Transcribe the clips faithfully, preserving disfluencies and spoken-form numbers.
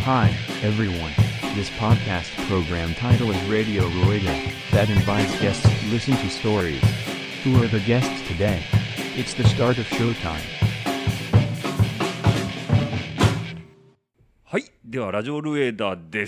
Hi, everyone. This podcast program title is Radio Rueda, that invites guests to listen to stories. Who are the guests today? It's the start of showtime. はい、ではラジオルエダです。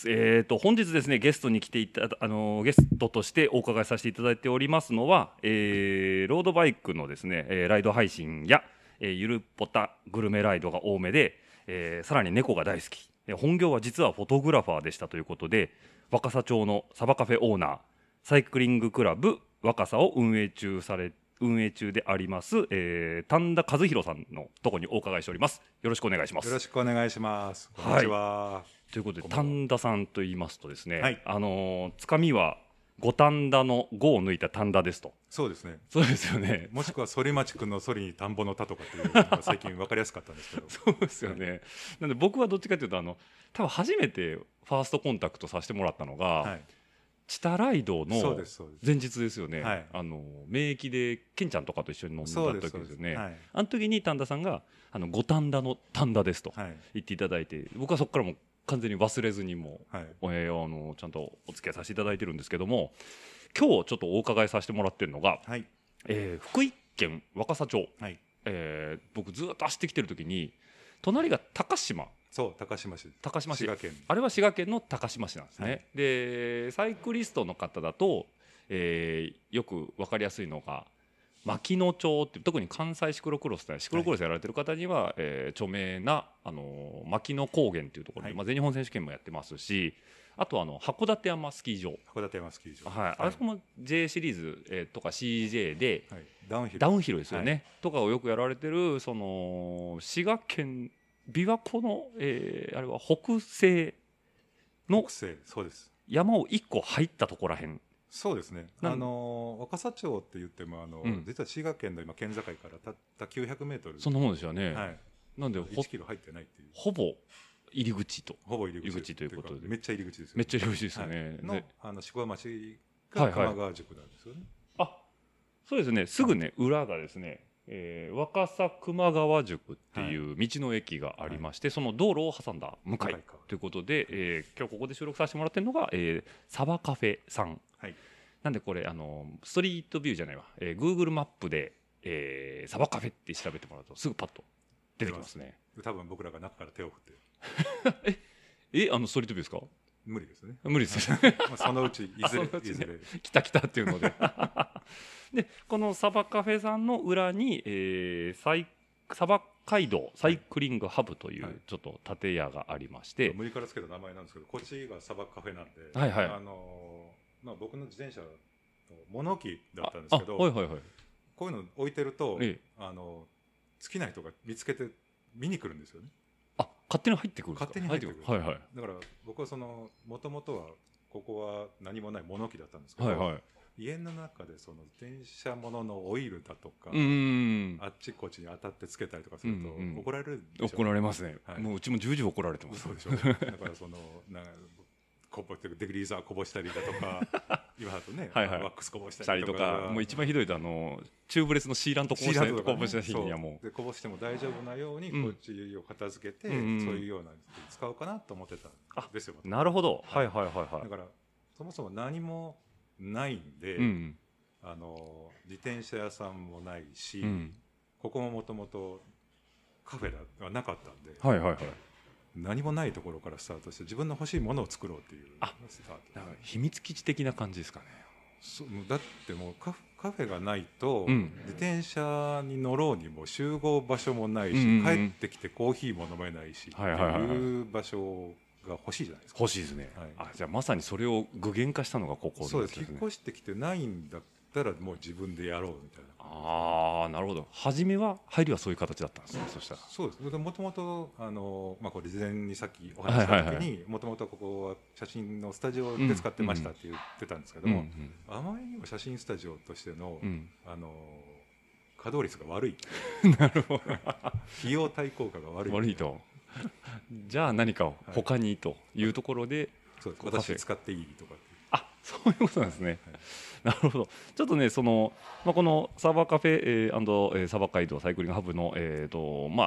えーと本日ですね、ゲストに来ていたあのゲストとしてお伺いさせていただいておりますのは、えー、ロードバイクのですね、えーライド配信や、えーゆるぽたグルメライドが多めで、えーさらに猫が大好き、えー本業は実はフォトグラファーでしたということで、若狭町のサバカフェオーナー、サイクリングクラブ若狭を運営中され運営中であります、えー、丹田和弘さんのところにお伺いしております。よろしくお願いします。 よろしくお願いします。こんにちは。 はい、ということで丹田さんと言いますとですね、 はい、 あのー、つかみは五反田の五を抜いた丹田ですと。 そうですね。 そうですよね。 もしくは反町くんの反りに田んぼの田とかっていうのが最近分かりやすかったんですけどそうですよね。なんで僕はどっちかというとあの多分初めてファーストコンタクトさせてもらったのが、はい、チタライドの前日ですよね。はい、あの名駅でケンちゃんとかと一緒に飲んだ時ですよね。はい、あの時に丹田さんがあの五反田の丹田ですと言っていただいて、僕はそこからも完全に忘れずにも、はい、えー、あのちゃんとお付き合いさせていただいてるんですけども、今日ちょっとお伺いさせてもらってるのが、はい、えー、福井県若狭町、はい、えー、僕ずっと走ってきてる時に隣が高島。 そう高島市高島市、 滋賀県、 あれは滋賀県の高島市なんですね。はい、でサイクリストの方だと、えー、よく分かりやすいのが牧野町って、特に関西シクロクロスシクロクロスやられてる方には、はい、えー、著名な、あのー、牧野高原っていうところで、はい、まあ、全日本選手権もやってますし、あとあの函館山スキー場、 函館山スキー場、 はいはい、あそこも J シリーズ、えー、とか シージェー で、はい、 ダウンヒルダウンヒルですよね、はい、とかをよくやられてるその滋賀県琵琶湖の、えー、あれは北西の北西、そうです、 山をいっこ入ったところらへん。 そうですね、あの若狭町って言ってもあの、うん、実は滋賀県の今県境からたったきゅうひゃくメートル、 そんなもんですよね。 はい、 なんでいちキロ入ってないっていう、 ほぼ入り口とほぼ入り口、 入り口ということで、 めっちゃ入り口ですよね。 めっちゃ入り口ですよね。 はい、のあの宿場町が熊川塾なんですよね。 はいはい、あ、そうですね。すぐね、はい、裏がですね、えー、若狭熊川塾っていう道の駅がありまして、はい、その道路を挟んだ向かいということで、えー、今日ここで収録させてもらってるのが、えー、サバカフェさん、はい、なんでこれあのストリートビューじゃないわ、えー、Google マップで、えー、サバカフェって調べてもらうとすぐパッと出てきますね。 多分僕らが中から手を振ってええ、あのストリートビューですか？ 無理ですね。 無理ですね。まあそのうちいずれ、ね、いずれ来た来たっていうのででこのサバカフェさんの裏に、えー、サイサバ街道サイクリングハブというちょっと建屋がありまして、はい、 無理からつけた名前なんですけど、こっちがサバカフェなんで、 はいはい、 あのーまあ、僕の自転車の物置だったんですけど、 はいはいはい、 こういうの置いてると、ええ、あの好きな人が見つけて見に来るんですよね。 あ、勝手に入ってくるんですか？ 勝手に入ってくる、 はいはい、 だから僕はそのもともとはここは何もない物置だったんですけど、 はいはい、 家の中でその自転車物のオイルだとか、 うんあっちこっちに当たってつけたりとかすると怒られるでしょ。 怒られますね、はい、もううちも重々怒られてます。 そうでしょ。だからそのなんかこぼデグリーザーこぼしたりだとか今だとね、はいはい、ワックスこぼしたりと か, とかもう一番ひどいとあのチューブレスのシーラントこぼしたりとか、ね、こぼした日にはもうでこぼしても大丈夫なようにこっちを片付けて、うん、そういうような使うかなと思ってたんですよ。 なるほど、はいはいはいはい。 だからそもそも何もないんで、うん、あの自転車屋さんもないし、うん、ここももともとカフェではなかったんで、 はいはいはい、 何もないところからスタートして自分の欲しいものを作ろうっていうスタート。 だから秘密基地的な感じですかね。 そうだってもう カ, カフェがないと、うん、自転車に乗ろうにも集合場所もないし、うんうん、帰ってきてコーヒーも飲めないし、はいはいはいはい、っていう場所が欲しいじゃないですか。 欲しいですね、はい、あ、じゃあまさにそれを具現化したのがここですね。 そうです。引っ越してきてないんだったらもう自分でやろうみたいな。 ああ、なるほど。初めは入りはそういう形だったんですね。そしたらそうです。もともとあの、まあ、これ事前にさっきお話しした時にもともとここは写真のスタジオで使ってましたって言ってたんですけども、うんうん、あまりにも写真スタジオとしての、うん、あの稼働率が悪いなるほど費用対効果が悪い悪いとじゃあ何かを他にというところで、はい、 そうです。私使っていいとかって。 あ、そういうことなんですね、はい、なるほど。ちょっとね、その、まあ、このサバカフェ、えー、サバ街道サイクリングハブの、えーとまあ、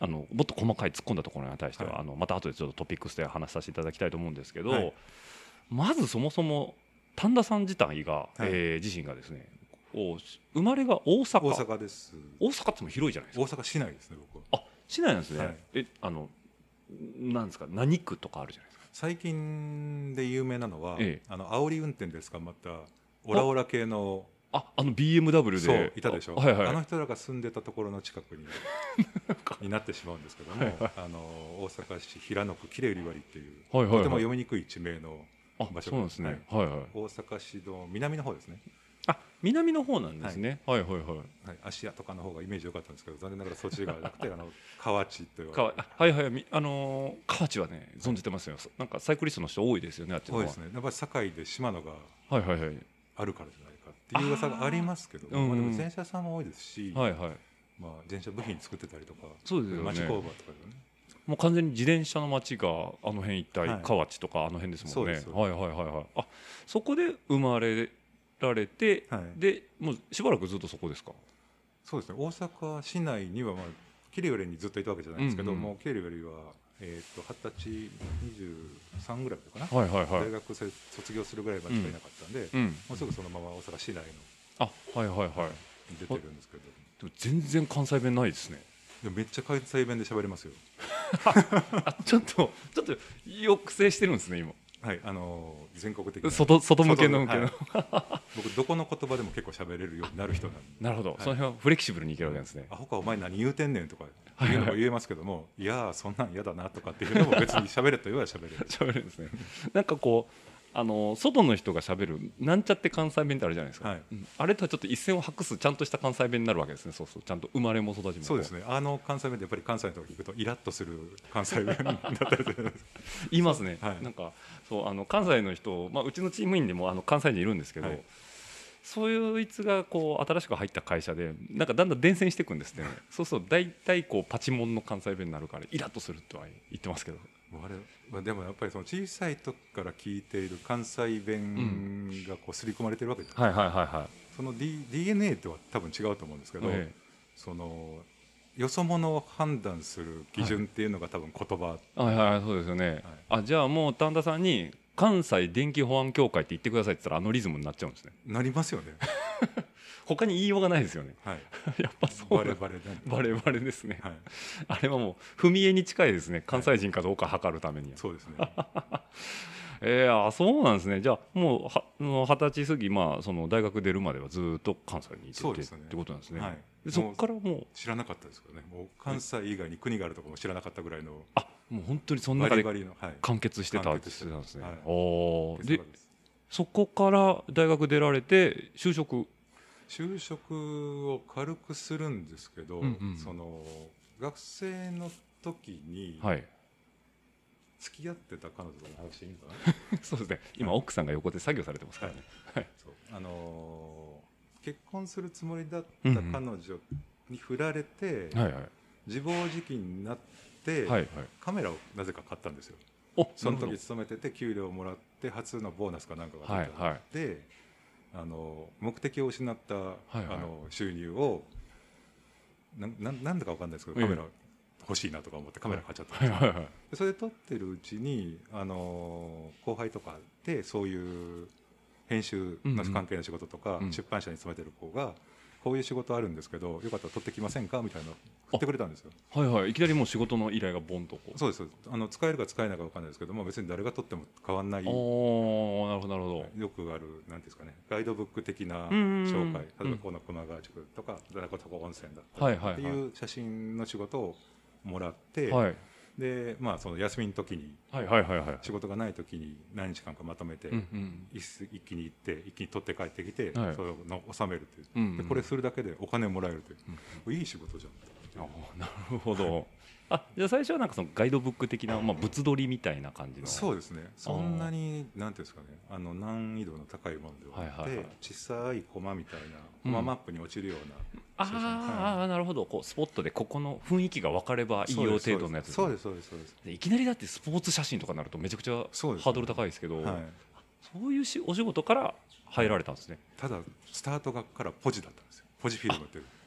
あのもっと細かい突っ込んだところに対しては、はい、あのまた後でちょっとトピックスで話させていただきたいと思うんですけど、はい、まずそもそも丹田さん自体が、はいえー、自身がですね生まれが大阪大阪です。 大阪っても広いじゃないですか。 大阪市内ですね僕は。 あ市内なんですね、 はい、 えあのなんですか何区とかあるじゃないですか。 最近で有名なのは、 ええ、 あの煽り運転ですかまたオラオラ系のああの ビーエムダブリュー でそういたでしょ、 あ、はいはい、 あの人らが住んでたところの近くにになってしまうんですけども、はいはい、あの大阪市平野区きれい売り割っていう、はいはいはい、とても読みにくい地名の場所が、 そうなんですね、はいはい、 大阪市の南の方ですね。 あ南の方なんですね、はい、はいはいはい、 はい、芦屋とかの方がイメージ良かったんですけど残念ながらそっちがなくてあの河内というはいはいあのー、河内はね存じてますよ。なんかサイクリストの人多いですよね。あっちの多いですね。やっぱり堺で島野がはいはいはいあるからじゃないかっていう噂がありますけど、まあ、でも自転車さんも多いですし、はいはいまあ、自転車部品作ってたりとかそうですよね、 町工場とかでねもう完全に自転車の街があの辺一帯、はい、河内とかあの辺ですもんね。はいはいはいはい。あそこで生まれられて、はい、でもうしばらくずっとそこですか。 そうですね。大阪市内にはまあ桐生にずっといたわけじゃないんですけど、うんうん、もう桐生はえー、と二十歳にじゅうさんぐらいかな、はいはいはい、大学卒業するぐらいまでしかいなかったんで、うん、もうすぐそのまま大阪市内のあはいはいはい出てるんですけど、 でも全然関西弁ないですね。 でもめっちゃ関西弁で喋れますよあちょっとちょっと抑制してるんですね今。 はい、あのー、全国的な外, 外向けの向けの、 はい、僕どこの言葉でも結構喋れるようになる人なんで。 なるほど、はい、その辺はフレキシブルにいけるわけですね。 あ他お前何言うてんねんとかいうのも言えますけども、はいはい、いやそんなん嫌だなとかっていうのも別に喋れと言えば喋れる喋れるんですね。なんかこうあの外の人が喋るなんちゃって関西弁ってあるじゃないですか、はいうん、あれとはちょっと一線を画すちゃんとした関西弁になるわけですね。そうそうちゃんと生まれも育ちもそうですね。あの関西弁ってやっぱり関西の人が聞くとイラッとする関西弁だったりする言いますね、はい、なんかそうあの関西の人、まあ、うちのチーム員でもあの関西人いるんですけど、はい、そういういつがこう新しく入った会社でなんかだんだん伝染していくんですねそうそう大体こうパチモンの関西弁になるからイラッとするとは言ってますけどあれ、まあ、でもやっぱりその小さい時から聞いている関西弁がこう刷り込まれてるわけじゃないですか、うんはいはいはいはい、その D、ディーエヌエー とは多分違うと思うんですけど、ええ、そのよそ者を判断する基準っていうのが多分言葉、はい、 はいはいそうですよね、はい、あじゃあもう丹田さんに関西電気保安協会って言ってくださいって言ったらあのリズムになっちゃうんですね。 なりますよね他に言いようがないですよね、はい、やっぱそうバレバレバレバレですね、はい、あれはもう踏み絵に近いですね関西人かどうか測るためには、はい、 そうですねえー、あそうなんですね。じゃあもうは二十歳過ぎ、まあ、その大学出るまではずっと関西にいてて、ね、ってことなんですね、はい、でそこからもう知らなかったですからね。もう関西以外に国があるところも知らなかったぐらいのあもう本当にその中で完結してたんですね、はい、おでそこから大学出られて就職就職を軽くするんですけど、うんうん、その学生の時に、はい付き合ってた彼女との話いいのかなそうですね今奥さんが横で作業されてますからね、はいそうあのー、結婚するつもりだった彼女に振られて、うんうんはいはい、自暴自棄になって、はいはい、カメラをなぜか買ったんですよ。その時勤めてて給料をもらって初のボーナスかなんかが出て、はいはい、であの目的を失った、はいはい、あの収入を な, な, なんだか分かんないですけどカメラ、うん欲しいなとか思ってカメラ買っちゃったんですよ、はいはいはい、それで撮ってるうちにあの後輩とかでそういう編集の関係の仕事とか、うんうん、出版社に勤めてる子がこういう仕事あるんですけどよかったら撮ってきませんかみたいなの振ってくれたんですよ。 はいはいいきなりもう仕事の依頼がボンとこうそうですあの使えるか使えないか分かんないですけども別に誰が撮っても変わんないおなるほどなるほどよくあるなんていうんですかねガイドブック的な紹介例えばこの熊川宿とかだここ温泉だったりっていう写真の仕事をもらって、はいでまあ、その休みの時に、はいはいはいはい、仕事がない時に何日間かまとめて、うんうん、一, 一気に行って一気に取って帰ってきて、はい、それを納めるという、うんうん、でこれするだけでお金をもらえるという、うんうん、いい仕事じゃん。 あなるほどあじゃあ最初はなんかそのガイドブック的な、まあ、物撮りみたいな感じのそうですねそんなになんていうんですかねあの難易度の高いものではなくて、はいはいはい、小さいコマみたいなコママップに落ちるような、うん、 ああ、はい、なるほどこうスポットでここの雰囲気が分かればいいよ程度のやつそうですそうですそうですでいきなりだってスポーツ写真とかになるとめちゃくちゃハードル高いですけどそう、ねはい、そういうしお仕事から入られたんですね。 ただスタートがからポジだったんですよポジフィルムっていう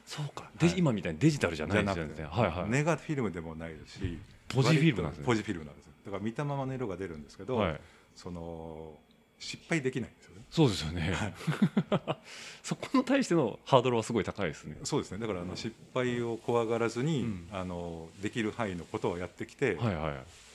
そうか、はい、今みたいにデジタルじゃないですよね。はいはい、 ネガフィルムでもないですしポジフィルムなんですね。 ポジフィルムなんですよ。だから見たままの色が出るんですけど、はい、その失敗できないんですよね。 そうですよね、はい、そこに対してのハードルはすごい高いですね。 そうですね。だからあの失敗を怖がらずに、うん、あのできる範囲のことをやってきて、はいはい、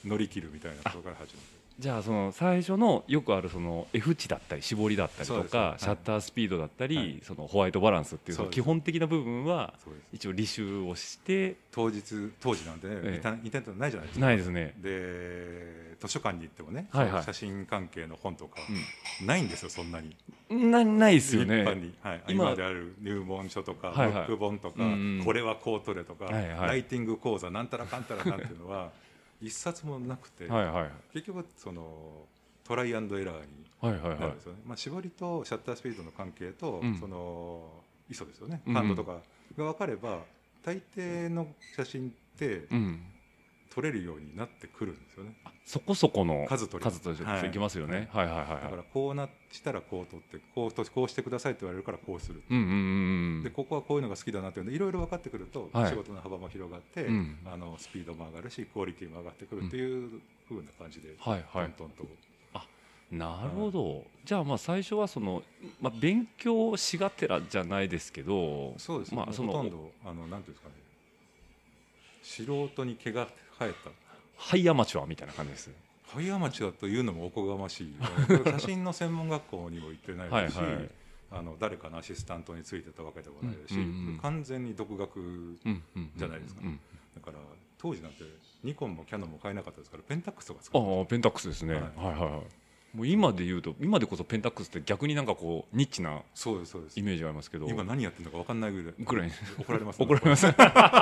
乗り切るみたいなところから始まる。 じゃあその最初のよくあるその F 値だったり絞りだったりとか、はい、シャッタースピードだったり、はい、そのホワイトバランスっていうその基本的な部分は一応履修をして当日当時なんてね、ええ、インターネットないじゃないですか。 ないですね。 で図書館に行ってもね、はいはい、写真関係の本とか、うん、ないんですよ。そんなにな, ないですよね。 一般に、はい、今まである入門書とか、はいはい、ブック本とか、うんうん、これはこう取れとか、はいはい、ライティング講座なんたらかんたらなんていうのは一冊もなくて、はいはい、結局そのトライアンドエラーになるんですよね。まあ、絞りとシャッタースピードの関係と、うん、そのイソですよね、感度とかが分かれば大抵の写真って撮れるようになってくるんですよね。 そこそこの数取り数としていきますよね。はいはいはいはい。 だからこうなしたらこう撮ってこうとこうしてくださいって言われるからこうする。 うんうんうんうん、 でここはこういうのが好きだなっていうのいろいろ分かってくると、はい、仕事の幅も広がって、うん、あのスピードも上がるしクオリティも上がってくるっていう風な感じで、うん、はいはい、トントンと。 あ、なるほど。はい、じゃあまあ最初はその、まあ、勉強しがてらじゃないですけど、 そうです、まあ、そのほとんどあのなんていうんですかね、素人に毛が生えたハイアマチュアみたいな感じです。 ハイアマチュアというのもおこがましい写真の専門学校にも行ってないですしはい、はい、あの誰かのアシスタントについてたわけでもないですし、うんうんうん、完全に独学じゃないですか、うんうんうん、だから当時なんてニコンもキヤノンも買えなかったですからペンタックスとか使ってました。 ああペンタックスですね、はい、はいはいはい。もう今で言うと今でこそペンタックスって逆になんかこうニッチなイメージがありますけど、 今何やってるのか分かんないぐらいぐらい怒られます、ね、 怒られます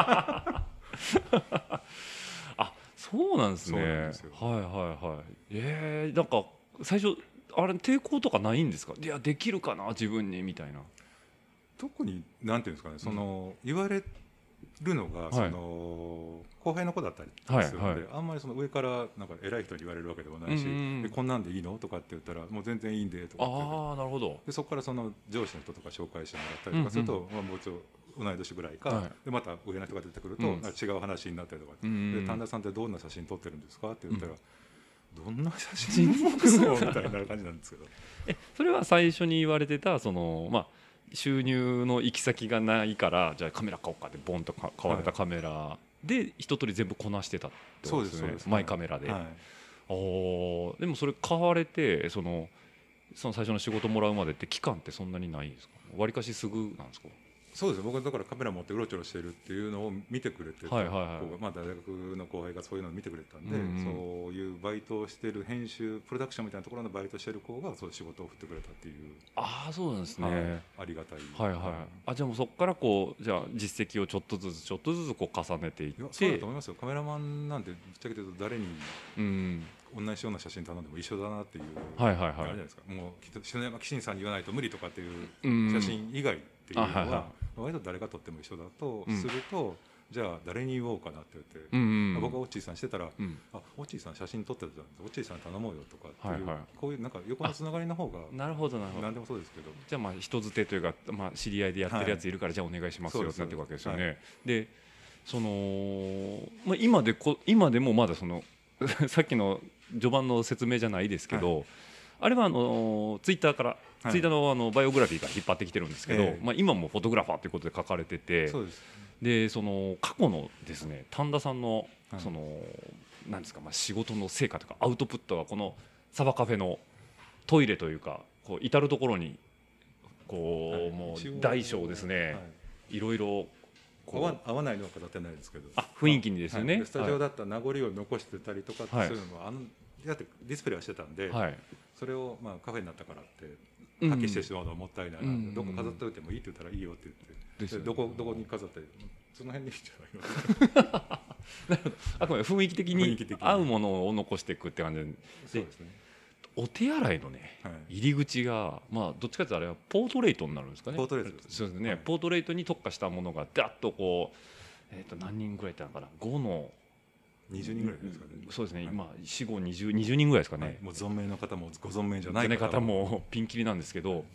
あ、そうなんですね。はいはいはい。えー、なんか最初あれ抵抗とかないんですか。いやできるかな自分にみたいな。 特になんていうんですかね、その、うん、言われるのが、はい、その後輩の子だったりするので、はいはい、あんまりその上からなんか偉い人に言われるわけでもないし、うんうん、こんなんでいいのとかって言ったらもう全然いいんでとかって、 あ、なるほど。 でそこからその上司の人とか紹介してもらったりとかすると、うんうん、まあ、もうちょっと同い年ぐらいか、はい、でまた上の人が出てくると、うん、違う話になったりとか、うん、で丹田さんってどんな写真撮ってるんですかって言ったら、うん、どんな写真撮ってるのみたいな感じなんですけどえそれは最初に言われてたその、まあ、収入の行き先がないからじゃあカメラ買おうかってボンと買われたカメラで一通り全部こなしてたってことですね。マイカメラで、はい、おでもそれ買われてそのその最初の仕事もらうまでって期間ってそんなにないんですか。わりかしすぐなんですか。 そうです。僕はだからカメラ持ってうろちょろしてるっていうのを見てくれてた、はいはいはい、まあ、大学の後輩がそういうのを見てくれてたんで、うんうん、そういうバイトをしてる編集プロダクションみたいなところのバイトしてる子がそういう仕事を振ってくれたっていう。 ああ、そうなんですね。 ありがたい。 はいはい。あ、じゃあもうそこからこうじゃあ実績をちょっとずつちょっとずつこう重ねていって。いや、 そうだと思いますよ。カメラマンなんてぶっちゃけて言うと誰に、うん、同じような写真頼んでも一緒だなっていう、はいはいはい、あれじゃないですか。もう篠山紀信さんに言わないと無理とかっていう写真以外っていうのは、はいはい、割と誰が撮っても一緒だとすると、うん、じゃあ誰に言おうかなって言って、うんうんうん、僕がオッチーさんしてたら、うん、あ、オッチーさん写真撮ってたじゃん、オッチーさん頼もうよとかっていう、はいはい、こういうなんか横のつながりの方が、 なるほどなるほど、 何でもそうですけど、 じゃあまあ人づてというか、まあ、知り合いでやってるやついるから、はい、じゃあお願いしますよってなっていくわけですよね。はい、でその、まあ、今でこ今でもまだそのさっきの序盤の説明じゃないですけど、はい、あれはあのツイッターから、はい、ツイッター の, あのバイオグラフィーから引っ張ってきてるんですけど、えーまあ、今もフォトグラファーということで書かれてて、 そうです。 でその過去のですね丹田さんの、その、はい、なんですか、まあ、仕事の成果とかアウトプットがこのサバカフェのトイレというかこう至る所にこう、はい、もう大小ですね、はい、いろいろ合わ、合わないのは飾ってないですけど、 あ、雰囲気にですよね、はい、 スタジオだったら名残を残してたりとかってそういうのも、はい、あのだってディスプレイはしてたんで、はい、それをまあカフェになったからって破棄してしまうのはもったいないな、うん、どこ飾っておいてもいいって言ったらいいよって言って、でどこどこに飾ってその辺にいいんじゃないのなるほど。あくまで雰囲気的に合うものを残していくって感じで、 そうですね。 お手洗いのね、はい、入り口が、まあ、どっちかというとあれはポートレートになるんですかね。 ポートレートですね。 そうですね、はい、ポートレートに特化したものがダッとこう、えー、と何人ぐらいいたのかな、ごのにじゅうにんぐらいですかね。 そうですね、はい、今よん、ご、にじゅう、にじゅうにんぐらいですかね、はい、 もう存命の方もご存命じゃない方もピンキリなんですけど、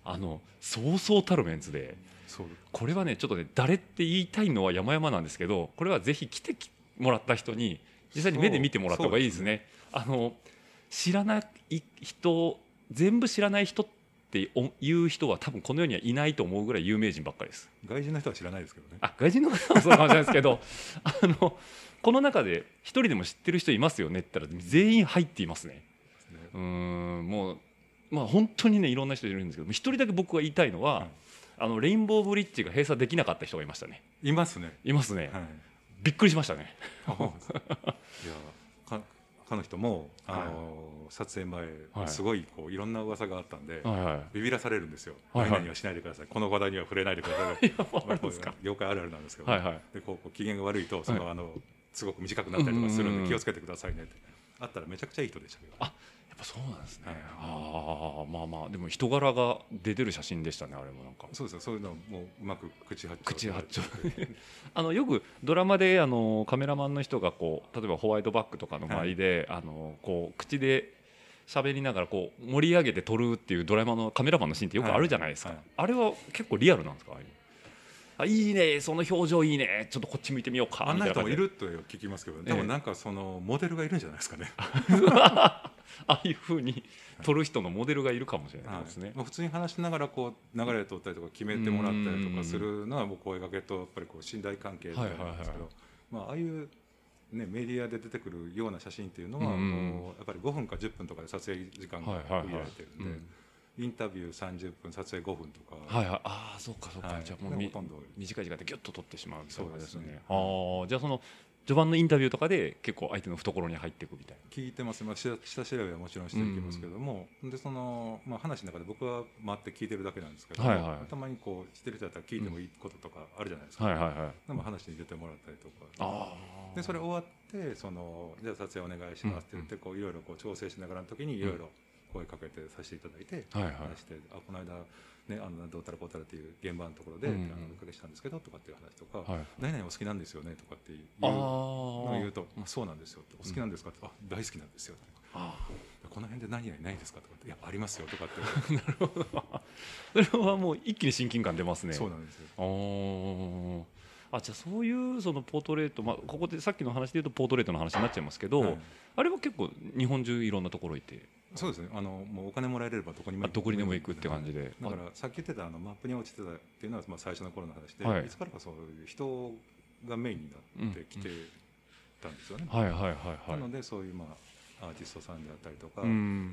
あのそうそうたるメンツで、そうこれはねちょっとね誰って言いたいのは山々なんですけど、これはぜひ来てもらった人に実際に目で見てもらった方がいいですね。あの知らない人、全部知らない人っていう人は多分この世にはいないと思うぐらい有名人ばっかりです。 外人の人は知らないですけどね。 あ、外人の方はそうかもしれないですけどあのこの中で一人でも知ってる人いますよねって言ったら全員入っていますね。うーん、もうまあ本当にねいろんな人いるんですけど、一人だけ僕が言いたいのは、はい、あのレインボーブリッジが閉鎖できなかった人がいましたね。 いますね。 いますね。はい、びっくりしましたね。いやかかの人もあの、はい、撮影前、はい、すごいこういろんな噂があったんで、はいはい、ビビらされるんですよ。はいはい、何々はしないでください。この話題には触れないでください。いやまあ、業界あるあるなんですけど、はいはい、でこうこう機嫌が悪いとその、はい、あのすごく短くなったりとかするんで気をつけてくださいねって。あったらめちゃくちゃいい人でしたけど。 あ、やっぱそうなんですね。はい、ああ、まあまあでも人柄が出てる写真でしたね、あれもなんか。 そうですよ。そういうのもうまく口八丁。 口八丁。あのよくドラマであのカメラマンの人がこう例えばホワイトバックとかの周りで、はい、あのこう口で喋りながらこう盛り上げて撮るっていうドラマのカメラマンのシーンってよくあるじゃないですか。はいはい、あれは結構リアルなんですか。あ、いいね、その表情いいね、ちょっとこっち向いてみようか。 あんな人もいると聞きますけど、ね、多分なんかそのモデルがいるんじゃないですかね。 ああいう風に撮る人のモデルがいるかもしれないですね。 はい、普通に話しながらこう流れで撮ったりとか決めてもらったりとかするのはもう声掛けとやっぱりこう信頼関係みたいなんですけど、まあああいうねメディアで出てくるような写真っていうのはもうやっぱりごふんかじゅっぷんとかで撮影時間が区切られてるんで。インタビューさんじゅっぷん、撮影ごふんとか、 はいはい、ああそうかそうか、はい、じゃあもうみ短い時間でギュッと撮ってしまうそうですね。ああ、じゃあその序盤のインタビューとかで結構相手の懐に入っていくみたいな。 聞いてます、まあ、下調べはもちろんしていきますけども、うん、でその、まあ、話の中で僕は回って聞いてるだけなんですけど、はいはい、たまにこう知ってる人だったら聞いてもいいこととかあるじゃないですか、うん、はいはいはい、でも話に出てもらったりとか、あでそれ終わってそのじゃあ撮影お願いしますって言ってこういろいろこう調整しながらの時にいろいろ声かけてさせていただいて、はいはい、話してあこの間ね、あのどうたらこうたらっていう現場のところで、うんうん、おかけしたんですけどとかっていう話とか、はい、何々お好きなんですよねとかっていうのを言うと、まあ、そうなんですよってお好きなんですかって、うん、あ大好きなんですよってあこの辺で何々ないですかとかっていやありますよとかってなるほどそれはもう一気に親近感出ますね。 そうなんですよ。 ああじゃあそういうそのポートレート、まあ、ここでさっきの話で言うとポートレートの話になっちゃいますけど、はい、あれは結構日本中いろんなところいて。 そうですね、あのもうお金もらえればどこにもどこにでも行くって感じで、 だからさっき言ってたあのマップに落ちてたっていうのはまあ最初の頃の話で、はい、いつからかそういう人がメインになってきてたんですよね。はいはいはいはい。なのでそういうまあアーティストさんであったりとか、うん、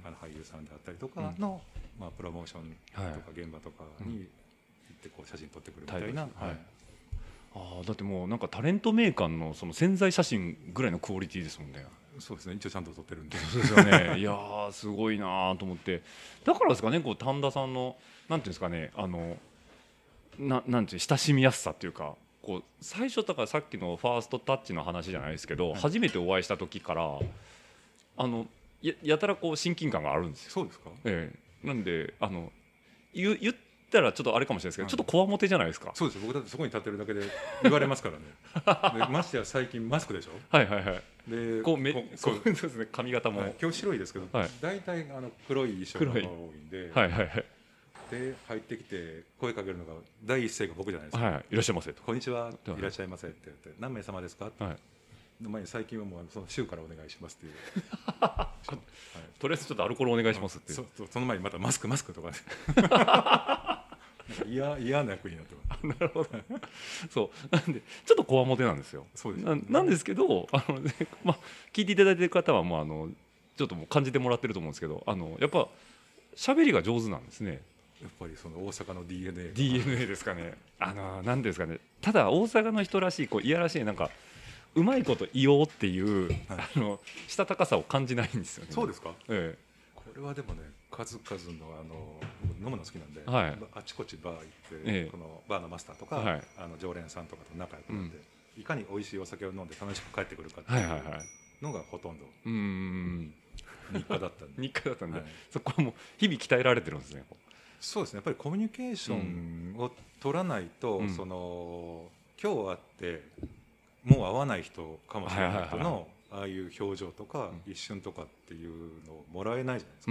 あの俳優さんであったりとかの、うん、まあプロモーションとか現場とかに行ってこう写真撮ってくるみたいな。はい。 あだってもうなんかタレント名鑑のその宣材写真ぐらいのクオリティですもんね。 そうですね、一応ちゃんと撮ってるんで。 そうですよね。いやーすごいなと思って、だからですかね、こう丹田さんのなんていうんですかね、あのななんていう親しみやすさっていうか、こう最初だからさっきのファーストタッチの話じゃないですけど、はい、初めてお会いした時からあの や, やたらこう親近感があるんですよ。 そうですか。 ええ、なんであの言言ったらちょっとあれかもしれないですけど、はい、ちょっとこわもてじゃないですか。 そうです。僕だってそこに立ってるだけで言われますからね。でましてや最近マスクでしょ。 はいはいはい。でこうめこうそうですね、髪型も、はい、 今日白いですけど、はい、大体あの黒い衣装が多いんで、 はいはいはい、 で入ってきて声かけるのが第一声が僕じゃないですか。 はい、いらっしゃいませと。 こんにちは、いらっしゃいませって言って何名様ですか。はい。の前に最近はもうその週からお願いしますっていう。 はい、とりあえずちょっとアルコールお願いしますっていう。 そ, その前にまたマスクマスクとかね。嫌な役になってます。 なるほど。そうなんでちょっとこわもてなんですよ。そうです、ね、な, なんですけどあの、ねまあ、聞いていただいている方はもうあのちょっともう感じてもらってると思うんですけど、あのやっぱ喋りが上手なんですね。 やっぱりその大阪の ディーエヌエーディーエヌエー ですかね。あのなんですかね。ただ大阪の人らしいこういやらしいなんかうまいこと言おうっていう、はい、あのしたたかさを感じないんですよね。 そうですか。 ええ、 これはでもね数々のあの飲むの好きなんで、 はい、 あちこちバー行って、 ええ、 このバーのマスターとか、はい、あの常連さんとかと仲良くなって、うん、いかに美味しいお酒を飲んで楽しく帰ってくるかっていうのがほとんど日課だったんで日課だったんで、はい、そこはもう日々鍛えられてるんですね。 そうですね、やっぱりコミュニケーションを取らないと、うん、その今日会ってもう会わない人かもしれない人のああいう表情とか一瞬とかっていうのをもらえないじゃないですか、 うん、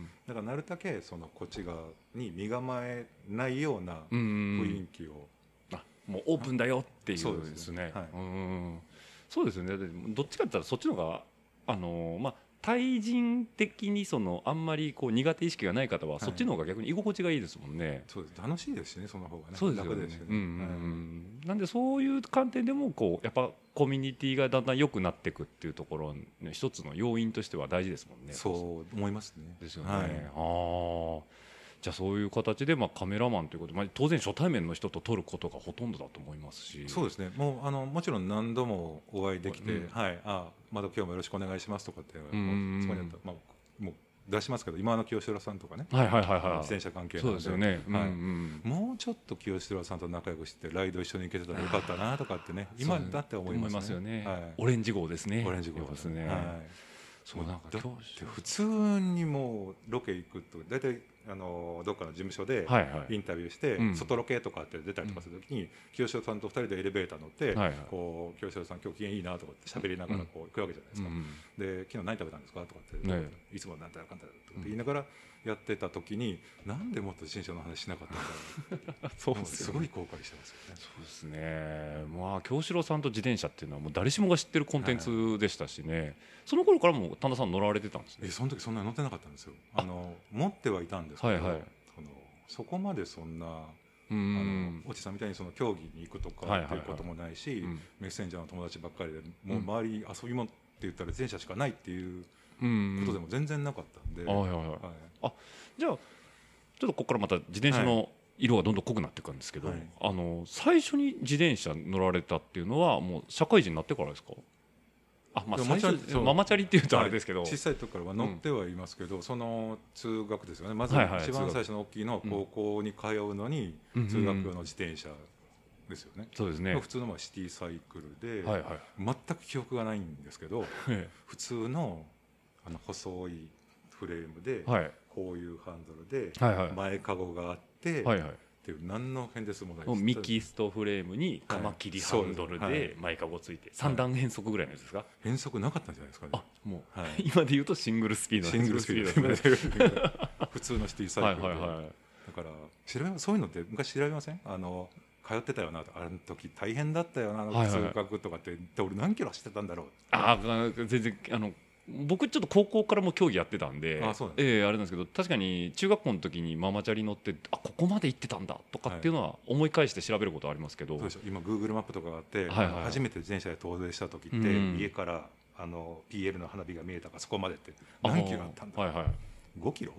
だからなるだけそのこっち側に身構えないような雰囲気を、 あもうオープンだよっていうですね、はい、うんそうですよね。どっちかって言ったらそっちの方があのまあ対人的にそのあんまりこう苦手意識がない方は、はい、そっちの方が逆に居心地がいいですもんね。 そうです楽しいですしねその方がね。 そうですよね。楽ですよね、うんうんはい、なんでそういう観点でもこうやっぱコミュニティがだんだん良くなっていくっていうところ、ね、一つの要因としては大事ですもんね。 そう思いますね。 ですよね、はい、あじゃあそういう形でまあカメラマンということで、まあ、当然初対面の人と撮ることがほとんどだと思いますし。 そうですねもうあのもちろん何度もお会いできて、うんはい、あまだ今日もよろしくお願いしますとかってもうそこにあった、まあ、もう出しますけど今の清志郎さんとかね、 はいはいはいはい、 自転車関係なのでそうですよね、うんうんはい、もうちょっと清志郎さんと仲良くしてライド一緒に行けてたらよかったなとかってね今だって思いますね。思いますよね、はい、 オレンジ号ですね。 オレンジ号ですね、はい、 そうなんかだって普通にもうロケ行くと大体あのどっかの事務所でインタビューして、はいはい、外ロケとかって出たりとかするときに、うん、清志郎さんとふたりでエレベーター乗って、はいはい、こう清志郎さん今日機嫌いいなとかって喋りながらこう行くわけじゃないですか、うん、で昨日何食べたんですかとかって、ね、いつも何食べたかんだとかって言いながらやってた時に、うん、なんでもっと自転車の話しなかったんだろうそうです、ね、すごい後悔してますよね。 そうですね、まあ、京志郎さんと自転車っていうのはもう誰しもが知ってるコンテンツでしたしね、はい、その頃からも丹田さん乗られてたんですね。 えその時そんなに乗ってなかったんですよ。あの持ってはいたんですけど、はいはい、あのそこまでそんなあのおじさんみたいにその競技に行くとかっていうこともないし、はいはいはい、メッセンジャーの友達ばっかりでもう周り遊びもって言ったら自転車しかないっていうことでも全然なかったんで、 はいはいはいはい、あじゃあちょっとここからまた自転車の色がどんどん濃くなっていくんですけど、はい、あの最初に自転車乗られたっていうのはもう社会人になってからですか？あまあ、最初ママチャリっていうとあれですけど、 はい、小さい時からは乗ってはいますけど、うん、その通学ですよね。まず一番最初の大きいの高校に通うのに通学用の自転車ですよね、うんうん、 そうですね。 普通のまあシティサイクルで、はいはい、全く記憶がないんですけど普通の、あの細いフレームで、はい、こういうハンドルで前かごがあって、はいはいっていう何の変哲もないです。 ミキストフレームにカマキリハンドルで前かごついてさん段変速ぐらいのやつですか？はい、 変速なかったんじゃないですかね。 あもう、はい、今で言うとシングルスピードシングルスピードですね普通のシティサイクルで、はいはいはい、だから調べそういうのって昔調べません？あの通ってたよなと、あの時大変だったよな、はいはい、通学とかって、俺何キロ走ってたんだろう。 あ全然あの僕ちょっと高校からも競技やってたんで、 あ, そうえー、あれなんですけど、確かに中学校の時にママチャリ乗ってあここまで行ってたんだとかっていうのは思い返して調べることはありますけど、 はい、そうでしょ。今 Google マップとかがあって、はいはい、初めて自転車で遠出した時って、うん、家からあの ピーエル の花火が見えたかそこまでって何キロあったんだ、はいはい、ごキロ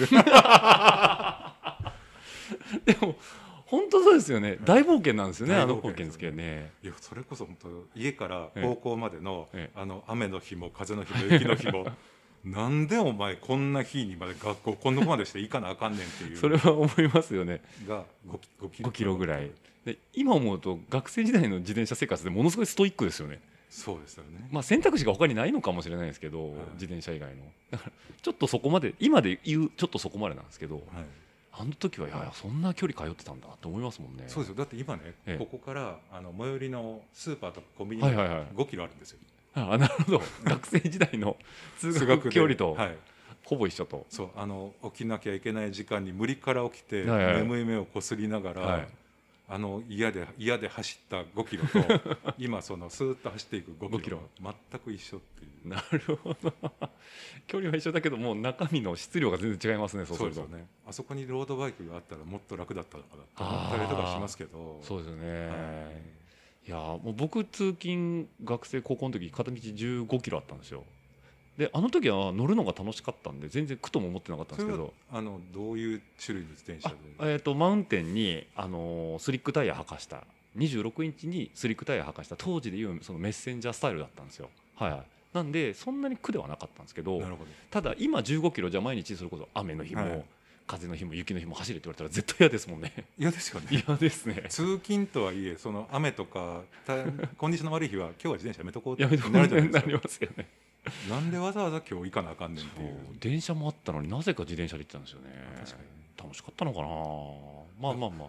でも本当そうですよね。大冒険なんですよね、あの冒険ですけどね。 いやそれこそ本当家から高校までの、ええ、あの雨の日も風の日も雪の日もなんでお前こんな日にまで学校こんなとこまでして行かなあかんねんっていうそれは思いますよね。 が 5, 5, キロぐらいで、今思うと学生時代の自転車生活でものすごいストイックですよね。 そうですよね。 まあ選択肢が他にないのかもしれないですけど、はい、自転車以外のだからちょっとそこまで今で言うちょっとそこまでなんですけど、はい、あの時はいやいやそんな距離通ってたんだと思いますもんね。 そうですよ。だって今ね、ええ、ここからあの最寄りのスーパーとかコンビニがごキロあるんですよ。 はいはいはい、あなるほど学生時代の通学距離と、はい、ほぼ一緒と。 そうあの起きなきゃいけない時間に無理から起きて、はいはい、眠い目をこすりながら、はい、あの嫌で嫌で走ったごキロと今そのスーッと走っていくごキロ全く一緒っていう。 なるほど距離は一緒だけどもう中身の質量が全然違いますね。そうするとそうですよね。あそこにロードバイクがあったらもっと楽だったのかなと思ったりとかしますけど。 そうですよね、はい、いやもう僕通勤学生高校の時片道じゅうごキロあったんですよ。であの時は乗るのが楽しかったんで全然苦とも思ってなかったんですけど。 あのどういう種類の自転車で？ えー、とマウンテンに、あのー、スリックタイヤ履かしたにじゅうろくインチにスリックタイヤ履かした当時でいうそのメッセンジャースタイルだったんですよ。はいはい、なんでそんなに苦ではなかったんですけど、 なるほど。ただ今じゅうごキロじゃ毎日それこそ雨の日も、はい、風の日も雪の日も走れって言われたら絶対嫌ですもんね。 嫌ですよね。 嫌ですね。 通勤とはいえその雨とかコンディションの悪い日は今日は自転車やめとこうってなるじゃないですか。なりますよね。 なんでわざわざ今日行かなあかんねんっていう。 電車もあったのになぜか自転車で行ってたんですよね。 確かに楽しかったのかな。まあまあまあ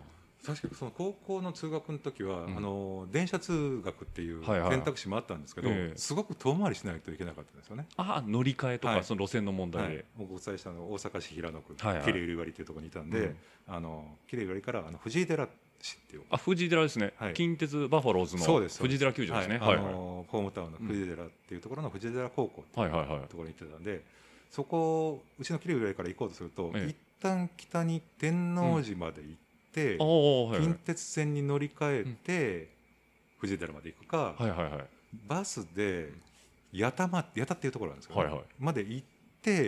確かにその高校の通学の時は、うん、あの電車通学っていう選択肢もあったんですけど、はいはい、すごく遠回りしないといけなかったんですよね。 あ乗り換えとか、はい、その路線の問題で、はい、 僕お伝えしたの大阪市平野区喜連瓜割っていうところにいたんで、はいはい、あの喜連瓜割からあの藤井寺市っていうあ藤井寺ですね、はい、近鉄バファローズの藤井寺球場ですね、 はいはい、あのホームタウンの藤井寺っていうところの藤井寺高校っていうところに行ってたんで、そこうちの喜連瓜割から行こうとすると、ええ、一旦北に天王寺まで行って、うん、近鉄線に乗り換えて、うん、藤井寺まで行くか、はいはいはい、バスで八田、ま、八田っていうところなんですけど、はいはい、まで行って、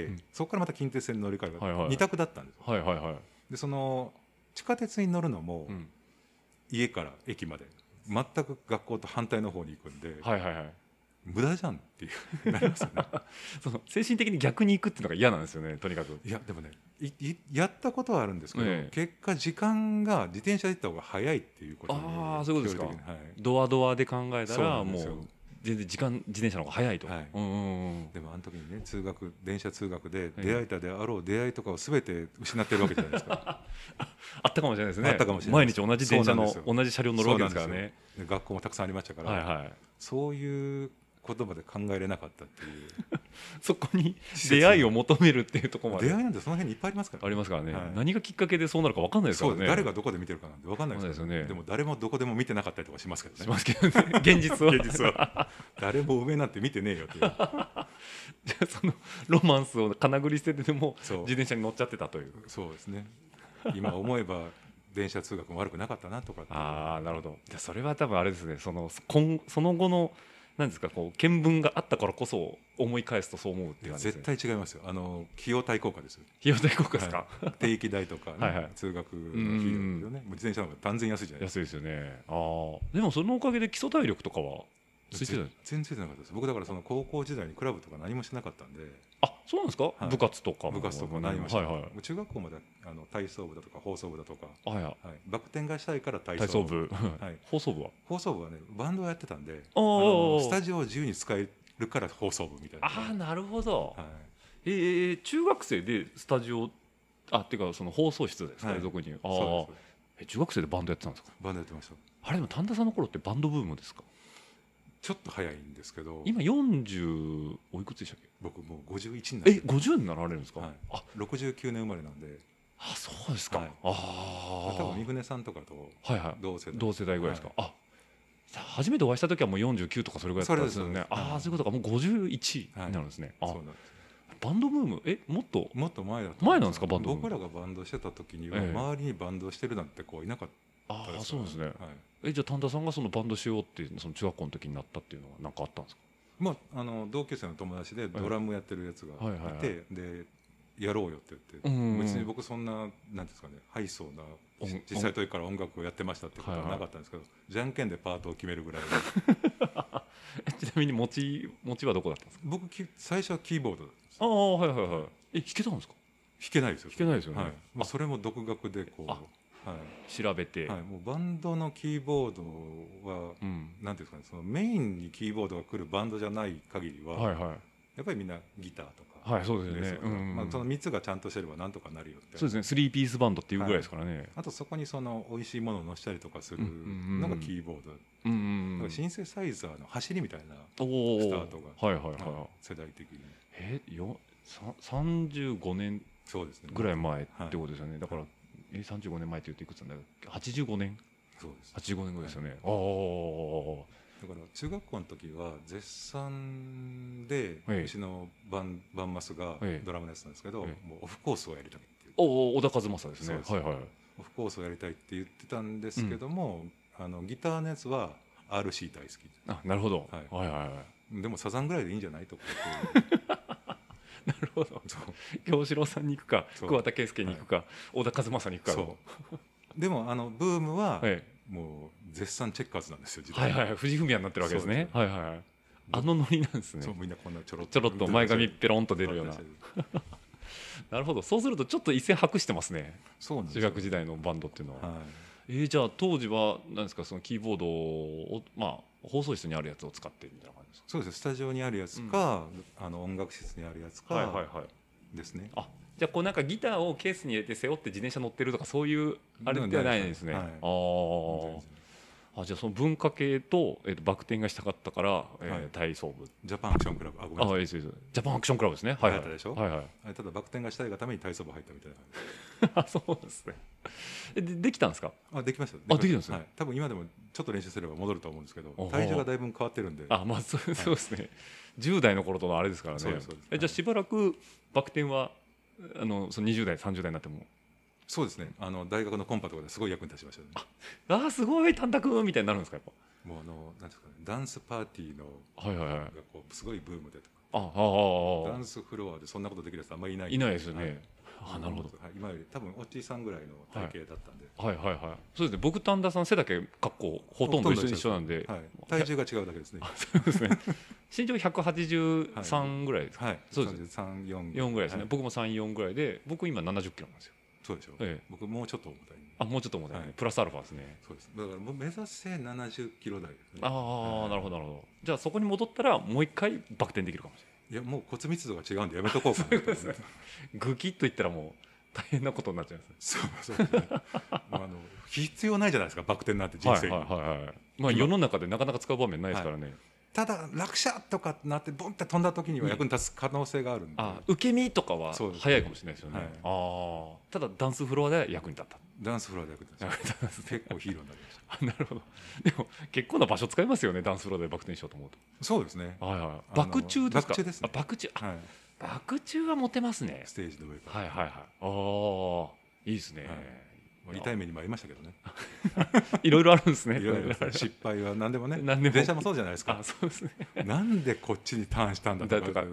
うん、そこからまた近鉄線に乗り換える、はいはい、に択だったんですよ、はいはいはい、でその地下鉄に乗るのも、うん、家から駅まで全く学校と反対の方に行くんで、はいはいはい、無駄じゃんっていうなりますよねその精神的に逆に行くっていうのが嫌なんですよね、とにかく。 いやでもねいいやったことはあるんですけど、ええ、結果時間が自転車で行った方が早いっていうことに。 ああそういうことですか、はい、ドアドアで考えたらもう全然時間自転車の方が早いと、はい、うんうんうん、 でもあの時にね通学電車通学で出会えたであろう出会いとかを全て失ってるわけじゃないですかあったかもしれないですね。 あったかもしれない毎日同じ電車の同じ車両乗るわけですからね。 で学校もたくさんありましたから、はいはい、そういうことまで考えれなかったっていうそこに出会いを求めるっていうところまで。 出会いなんてその辺にいっぱいありますから、ね、 ありますからね、はい、何がきっかけでそうなるか分かんないですからね。 そう誰がどこで見てるかなんて分かんないですよね。でも誰もどこでも見てなかったりとかしますけどね。 しますけどね現実は現実は誰も上なんて見てねえよっていうじゃあそのロマンスをかなぐり捨ててでも自転車に乗っちゃってたという。 そうですね今思えば電車通学も悪くなかったなとか。 ああなるほど。じゃあそれは多分あれですね、その今その後のなんですかこう見聞があったからこそ思い返すとそう思うっていう感じですね。 絶対違いますよ。あの費用対効果ですよ。 費用対効果ですか、 はい、定期代とか、ねはいはい、通学の費用ですよね。自転車の方が断然安いじゃないですか。 安いですよね。あでもそのおかげで基礎体力とかはついてた。 全然ついてなかったです。僕だからその高校時代にクラブとか何もしなかったんで。 あそうなんですか、はい、部活とか部活とか何もしなかった、はいはい、中学校まであの体操部だとか放送部だとか、はいはい、バク転がしたいから体操部、 体操部はい、放送部は放送部はねバンドをやってたんで、あのスタジオを自由に使えるから放送部みたいな。 ああなるほど、はい、えー、中学生でスタジオあっていうかその放送室ですかね、はい、俗に。あそうです。え中学生でバンドやってたんですか。 バンドやってました。 あれでも神田さんの頃ってバンドブームですか。 ちょっと早いんですけど。 今よんじゅうおいくつでしたっけ。 僕もうごじゅういちになって。 えごじゅうになられるんですか、はい、 あろくじゅうきゅうねん生まれなんで。 あそうですか、はい、 あ多分三船さんとかと同世代、はいはい、 同世代ぐらいですか、はい、あ初めてお会いした時はもうよんじゅうきゅうとかそれぐらいだったんですよね。ああそういうことか。もうごじゅういちになるんですね、はい、あそうなんです。バンドブームえもっともっと前だった前なんですか。バンドブーム僕らがバンドしてた時には周りにバンドしてるなんてこういなかったですから、ね、 あそうですね、はい、えじゃあ丹田さんがそのバンドしようってその中学校の時になったっていうのは何かあったんですか。 まあ、あの同級生の友達でドラムやってるやつがいて、はいはいはいはい、でやろうよって言って、うんうん、別に僕そんななんですかねハイソーな小さい時から音楽をやってましたってことはなかったんですけど、はいはい、じゃんけんでパートを決めるぐらいちなみに持ち持ちはどこだったんですか。 僕最初はキーボードだったんです。 ああはいはいはい。え弾けたんですか。 弾けないですよ。 弾けないですよね、はい、 まあ、それも独学でこうはい、 調べて、 はい、もうバンドのキーボードは、うん、なんていうんですかね、そのメインにキーボードが来るバンドじゃない限りは、はいはい、やっぱりみんなギターとか、 はいそうですね、うんうんまあ、そのみっつがちゃんとしてればなんとかなるよって。 そうですね、スリーピースバンドっていうぐらいですからね、はい、 あとそこにその美味しいものを乗せたりとかするのがキーボード、うんうんうん、だからシンセサイザーの走りみたいなスタートが、はいはいはいはい、世代的にえよさんじゅうごねんぐらい前ってことですよね、はい、だからえさんじゅうごねんまえって言うといくつなんだろう。はちじゅうごねん。そうです。はちじゅうごねんぐらいですよね。はい、 あだから中学校の時は絶賛で、はい、うちのバンバンマスがドラムのやつなんですけど、はい、もうオフコースをやりたいっていう。 おお小田和正ですね。はいはい。 オフコースをやりたいって言ってたんですけども、うん、あのギターのやつは アールシー 大好き。 あなるほど。はい、はいはいはい。 でもサザンぐらいでいいんじゃないとか言って。 なるほど。京志郎さんに行くか桑田佳祐に行くか、はい、小田和正に行くか。 そうでもあのブームはもう絶賛チェッカーズなんですよ。 はいはいはい、藤井フミヤになってるわけですね。はいはい、あのノリなんですね。 そうみんなこんなちょろっとちょろっと前髪ペロンと出るようななるほど。そうするとちょっと一線博してますね。そうなんですよ。中学時代のバンドっていうのは、はい、えー、じゃあ当時は何ですか、そのキーボードをまあ放送室にあるやつを使ってみたいな感じですか。 そうです。スタジオにあるやつか、うん、あの音楽室にあるやつか、はいはいはい、ですね。 あじゃあこうなんかギターをケースに入れて背負って自転車乗ってるとかそういうあれではないですね。はい、ああ。あ、じゃあその文化系と、えー、とバク転がしたかったから、えーはい、体操部ジャパンアクションクラブ、あ、ごめんなさい、 あ、いいですいいです、ジャパンアクションクラブですね。はいはい、 でしょ、 はいはい、 ただバク転がしたいがために体操部入ったみたいなあ、そうですね。で, できたんですか？ あ、できました。 あ、できるんですね、 はい、多分今でもちょっと練習すれば戻ると思うんですけど、体重がだいぶ変わってるんで。 あ、まあそう、はい、そうですね。じゅう代の頃とのあれですからね。そうですそうです。え、じゃあしばらくバク転はあのそのにじゅう代さんじゅう代になっても。 そうですね、あの大学のコンパとかですごい役に立ちましたね。 ああ、すごい短冊みたいになるんですか？やっぱもうあのなんですかね、ダンスパーティーのはいはいはい、 がこうすごいブームでとか、 あああ、 ダンスフロアでそんなことできるやつあんまりいないいないですよね。 はい、 あ、なるほど、 はい、今より多分おっちいさんぐらいの体型だったんで、 はい、はいはいはい、そうですね。僕と安田さん背だけ格好ほとんど一緒なんで、 はい、体重が違うだけですね。 そうですね。身長ひゃくはちじゅうさんぐらいですか？ はい、 そうですね。 さん、よんぐらいですね、はい、僕もさん、よんぐらいで、僕今ななじゅっキロなんですよ。 そうでしょ、ええ、僕もうちょっと重たい。 あ、もうちょっと重たい、ね、はい、プラスアルファですね。 そうです。だからもう目指せななじゅっキロ台ですね。 ああ、はい、なるほどなるほど。じゃあそこに戻ったらもう一回バク転できるかもしれない。 いや、もう骨密度が違うんでやめとこうかなと思って。 グキッといったらもう大変なことになっちゃいます。 そうそうですね。あの必要ないじゃないですか、バク転なんて人生に。 はいはいはいはい。まあ世の中でなかなか使う場面ないですからね。はい、 ただ落車とかなってボンって飛んだ時には役に立つ可能性があるんで、うん、 あ、受け身とかは早いかもしれないですよね。はい、あ、ただダンスフロアで役に立った。 ダンスフロアで役に立った結構ヒーローになりました。 なるほど。でも結構な場所使いますよね、ダンスフロアでバク転しようと思うと。 そうですね。 はいはい。バク宙ですか？ バク宙ですね。 あ、バク宙、 はい、 バク宙はモテますね。 ステージの上から。 はいはいはい。ああ、いいですね。 はい、痛い目にもありましたけどね。 いろいろあるんですね。 いろいろ失敗は何でもね。 何でも。 電車もそうじゃないですか。 あ、そうですね。 なんでこっちにターンしたんだとか、ね、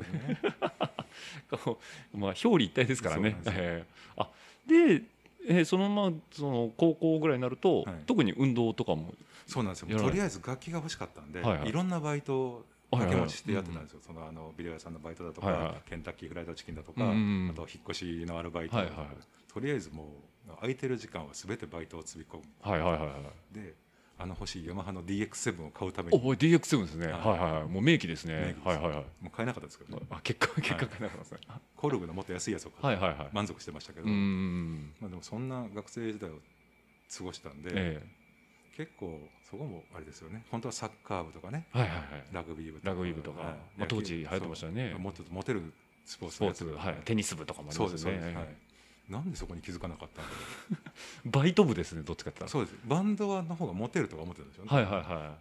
まあ表裏一体ですからね。えー、あ、で、えー、そのままその高校ぐらいになると、はい、特に運動とかも。 そうなんですよ。とりあえず楽器が欲しかったんで、はいはい、いろんなバイトを掛け持ちしてやってたんですよ。そのあのビデオ屋さんのバイトだとか、はいはい、ケンタッキーフライドチキンだとか、うんうん、あと引っ越しのアルバイト、はいはい、とりあえずもう空いてる時間はすべてバイトを積み込む。 はいはいはいはい、 で、あの欲しいヤマハの ディーエックスセブン を買うために。 お、ディーエックスセブン ですね。はいはいはい、もう名機ですね。はいはいはい。 もう買えなかったですけど、ね。 あ、結果結果買えなかったですね。はい、 コルグのもっと安いやつを買って満足してましたけど、はいはいはい、うんまあでもそんな学生時代を過ごしたんで、ええ、結構そこもあれですよね。本当はサッカー部とかね、 はいはいはい、 ラグビー部とか、 ラグビー部とか、はい、まあ当時流行ってましたね。 もっとモテるスポーツ、 スポーツ、はい、テニス部とかもありますね。そうですそうです。はい。 なんでそこに気づかなかったんだろう。バイト部ですね、どっちかって言ったら。 そうです。バンドはの方がモテるとか思ってるんでしょうね。 はいはいはい。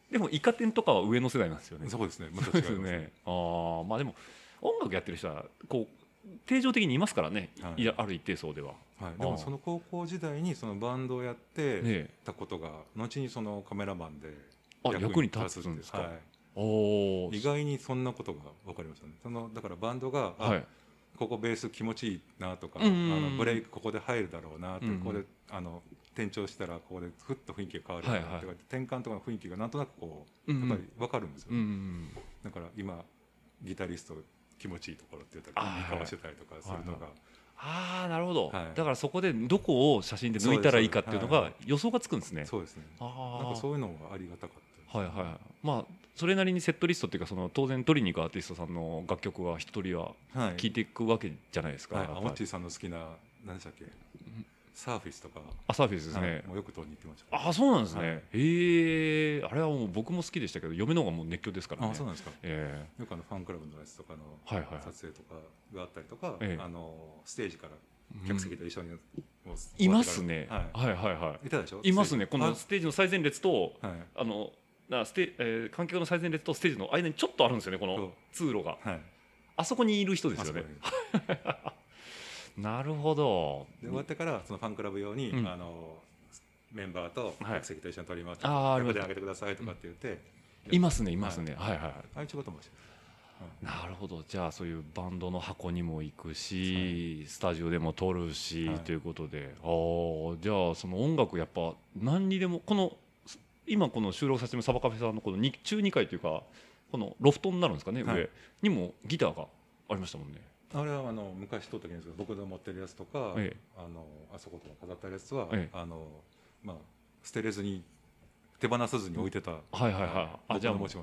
でもイカ天とかは上の世代なんですよね。 そうですね。また違いますね。 ああ、まあでも音楽やってる人はこう定常的にいますからね。はい、いや、ある一定層では。 はい。でもその高校時代にそのバンドをやってたことが、後にそのカメラマンで役に立つんですか。はい、 お意外にそんなことが分かりましたね。そのだからバンドが、はい、ここベース気持ちいいなとか、うんうんうん、あのブレイクここで入るだろうなって、うんうん、ここであの転調したらここでふっと雰囲気が変わるなとか、はいはい、転換とかの雰囲気がなんとなくこう、うんうん、やっぱり分かるんですよね。うんうん、だから今ギタリスト気持ちいいところって言ったらいい顔してたりとかするのが。 ああ、なるほど、はい、だからそこでどこを写真で抜いたらいいかっていうのが予想がつくんですね。 そうですね。あ、なんかそういうのがありがたかった。 はいはい。まあそれなりにセットリストっていうか、その当然取りに行くアーティストさんの楽曲は一人は聴いていくわけじゃないですか。 はいはい、モッチーさんの好きな何でしたっけ、サーフィスとか。 あ、サーフィスですね。はい、 もうよく撮りに行ってました。 あ、そうなんですね。はい、へえ、あれはもう僕も好きでしたけど、嫁の方がもう熱狂ですからね。 あ、そうなんですか。 えー、 よくあのファンクラブのやつとかの撮影とかがあったりとか、はいはい、あのステージから客席と一緒に、うん、 いますね。 はい、 はいはいはい。 いたでしょ。 いますね。このステージの最前列と、はい、あの。なステえー、観客の最前列とステージの間にちょっとあるんですよね、この通路が。はい、あそこにいる人ですよね。なるほど。 で終わってからそのファンクラブ用に、うん、あのメンバーと客席と一緒に撮りますと、はい、横で上げてくださいとかって言って、 うん、いますねいますね、はい、はいはい。 ああいう仕事もしてる、はい、なるほど。じゃあそういうバンドの箱にも行くし、はい、スタジオでも撮るし、はい、ということで、ああ、じゃあその音楽やっぱ何にでも、この今この収録させてもサバカフェさんのこの中にかいというか、このロフトになるんですかね、はい、上にもギターがありましたもんね。 あれはあの昔撮ったんですけど、僕の持ってるやつとか、ええ、あのあそことか飾ったやつは、ええ、あのまあ捨てれずに手放さずに置いてた。 はいはいはい。 あ、じゃあもちろん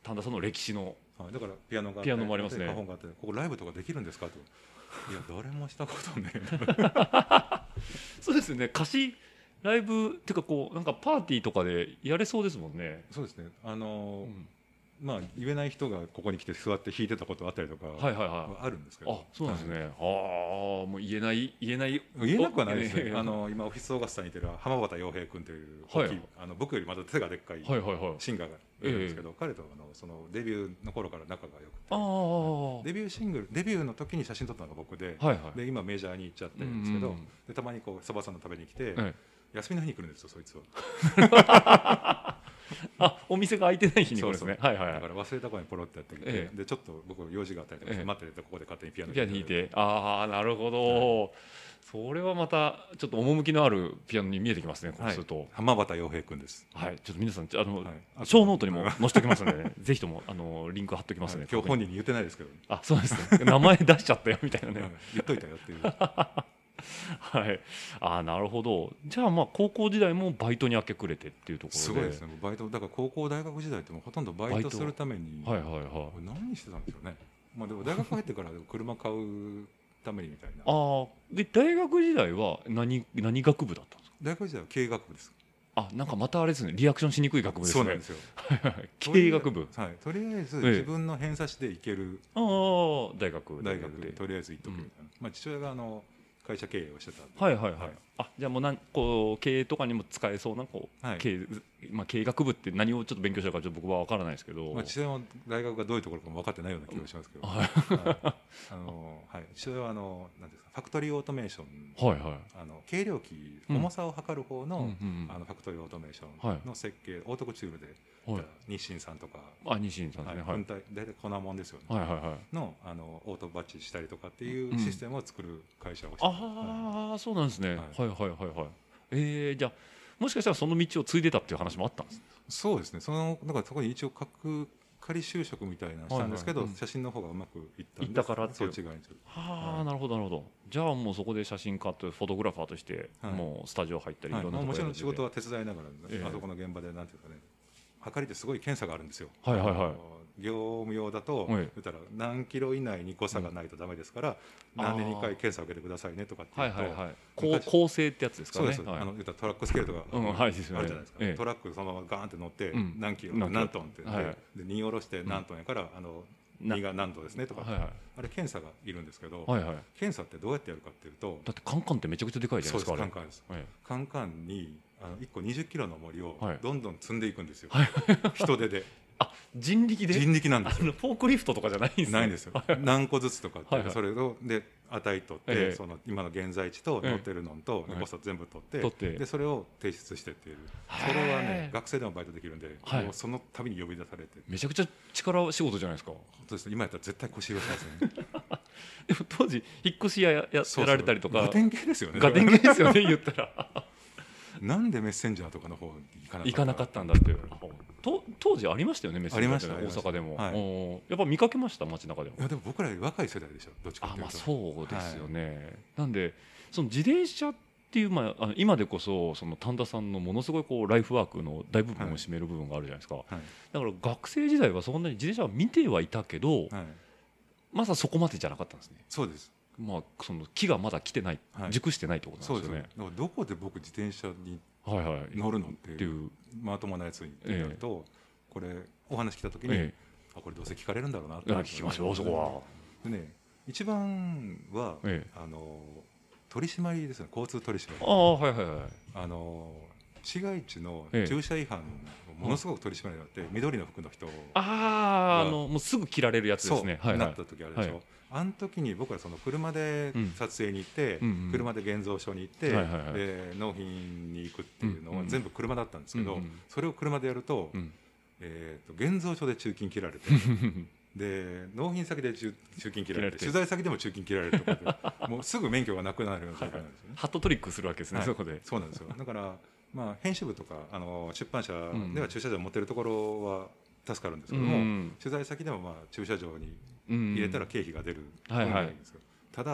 神田さんの歴史の、 はい、だからピアノがあってピアノもありますね。 カホンがあって、ここライブとかできるんですかと、いや誰もしたことねそうですね、歌詞ライブっていうかこうなんかパーティーとかでやれそうですもんね。 そうですね、あのーうんまあ、言えない人がここに来て座って弾いてたことあったりとかはあるんですけど、 はいはいはい、あ、そうなんですね、はい、あもう言えない言えない言えなくはないですね。あの今オフィスオーガスタにいてる浜端洋平君という大きい、はい、あの僕よりまた手がでっかいシンガーがいるんですけど、はいはいはい、彼とあのそのデビューの頃から仲が良くて、あデビューシングルデビューの時に写真撮ったのが僕 で,、はいはい、で今メジャーに行っちゃってるんですけど、うんうん、でたまにこうそばさんの食べに来て、はい、休みの日に来るんですよそいつはあ、お店が開いてない日に来るんですね。はいはい、 だから忘れた頃にポロってやってきて、ええ、でちょっと僕用事があったりとか、ええ、待っててここで勝手にピアノ弾いて、ああなるほど、はい、それはまたちょっと趣のあるピアノに見えてきますね。こうすると、はい、 浜端洋平君です。 はい、ちょっと皆さんあの、はい、小ノートにも載せておきますので、ね、ぜひともあのリンク貼っておきますね。はい、 今日本人に言ってないですけど、ね、 あ、そうですね。名前出しちゃったよみたいなね。はい、 言っといたよっていう。 はい、あ、なるほど。じゃあまあ高校時代もバイトに明け暮れてっていうところで、 すごいですね。バイトだから高校大学時代ってもほとんどバイトするために、 はいはいはい、 何してたんですよね。まあでも大学入ってからでも車買うためにみたいな。 あで大学時代は何何学部だったんですか。 大学時代は経営学部です。 あ、なんかまたあれですね、リアクションしにくい学部ですね。 そうなんですよ。 経営学部、 はい、とりあえず自分の偏差値で行ける、 ええ、あ大学大学でとりあえず行っとくみたいな、うん、まあ父親があの会社経営をしてたんで、 はいはいはい、はい、あ、じゃあもうなんこう経営とかにも使えそうなこう、はい、経営、まあ、経営学部って何をちょっと勉強したかちょっと僕は分からないですけど、 まあ、父親も大学がどういうところかも分かってないような気がしますけど、はいあのはい、父親はあのなんですかファクトリーオートメーション、はいはい、あの計量機、うん、重さを測る方の、うんうんうん、あのファクトリーオートメーションの設計、はい、オートクチュールで、はい、日清さんとか、 あ日清さんですね、 はい、大体大体粉もんですよね、はいはいはい、の, あのオートバッチしたりとかっていうシステムを作る会社をして、うん、 ああそうなんですね、はい、はいはいはいはい、えー、じゃあもしかしたらその道を継いでたっていう話もあったんですか。 そうですね、そのだからそこに一応角仮就職みたいなのしたんですけど、はいはい、うん、写真の方がうまくいったんで、 いったからっていう、 そう違いにする。 はあ、なるほどなるほど。じゃあもうそこで写真家とフォトグラファーとして、はい、もうスタジオ入ったり、いろんなところで、 もちろん仕事は手伝いながら、えー、あそこの現場でなんていうかね、測りってすごい検査があるんですよ。 はいはいはい。 業務用だと、はい、言ったら何キロ以内に誤差がないとダメですから、うん、何年にいっかい検査を受けてくださいねとかっていうと、はいはいはい、構成ってやつですかね。そうです、はい、あの言ったらトラックスケールとか、うん、はい、あるじゃないですか、ええ、トラックそのままガーンって乗って、うん、何キロ、何トンって、はい、で荷下ろして何トンやから、うん、あの荷が何度ですねとか、はいはい、あれ検査がいるんですけど、はいはい、検査ってどうやってやるかっていうと、 だってカンカンってめちゃくちゃでかいじゃないですか。 そうです、カンカンです、はい、カンカンにあのいっこにじゅっキロの重りをどんどん積んでいくんですよ、はい、人手であ、人力で、 人力なんですよ。 あのフォークリフトとかじゃないんですね。 ないんですよ。何個ずつとかって、はいはい、それをで値取って、ええ、その今の現在地と乗ってるのと誤差全部取って、取ってでそれを提出してっていう、それはね学生でもバイトできるんで、はい、もうその度に呼び出されて、 めちゃくちゃ力仕事じゃないですか。 本当ですね。今やったら絶対腰入れしますね。 でも当時引っ越し屋 や, や, やられたりとか、 ガテン系ですよね。 ガテン系ですよね言ったら。 なんでメッセンジャーとかの方行かなかったんだっていう。と当時ありましたよね、メッセンジャーって大阪でも、はい、やっぱ見かけました、街中でも。 いやでも僕らより若い世代でしょ、どっちかというと。 あ、まあそうですよね、はい、なんでその自転車っていう、まあ、あの今でこそその丹田さんのものすごいこうライフワークの大部分を占める部分があるじゃないですか、はい、だから学生時代はそんなに自転車は見てはいたけど、はい、まだそこまでじゃなかったんですね。 そうです。 まあ、その木がまだ来てない、はい、熟してないってことなんですよね。 そうです。だからどこで僕自転車に乗るのっていうまともなやつになると、これお話来た時に、ええ、あこれどうせ聞かれるんだろうなって聞きましょう。そこはで、ね、一番は、ええ、あの取り締まりですね。交通取り締まり。 ああ、はいはいはい。 あの市街地の駐車違反をものすごく取り締まりがあって、ええ、緑の服の人がああのもうすぐ切られるやつですね。 そう、はいはい、なった時あるでしょ、はい、あの時に僕はその車で撮影に行って、うん、車で現像所に行って、うんうん、で納品に行くっていうのは全部車だったんですけど、うんうん、それを車でやると、うん、えー、と現像所で駐金切られてで納品先で駐金切られて取材先でも駐金切られるとかでもうすぐ免許がなくなるような状況なんですよね。 ハットトリックするわけですね、はい、そこで。 そうなんですよ。だから、まあ、編集部とかあの出版社では駐車場を持ってるところは助かるんですけども、うん、取材先でもまあ駐車場に入れたら経費が出るんですよ、うん、はいはい、ただ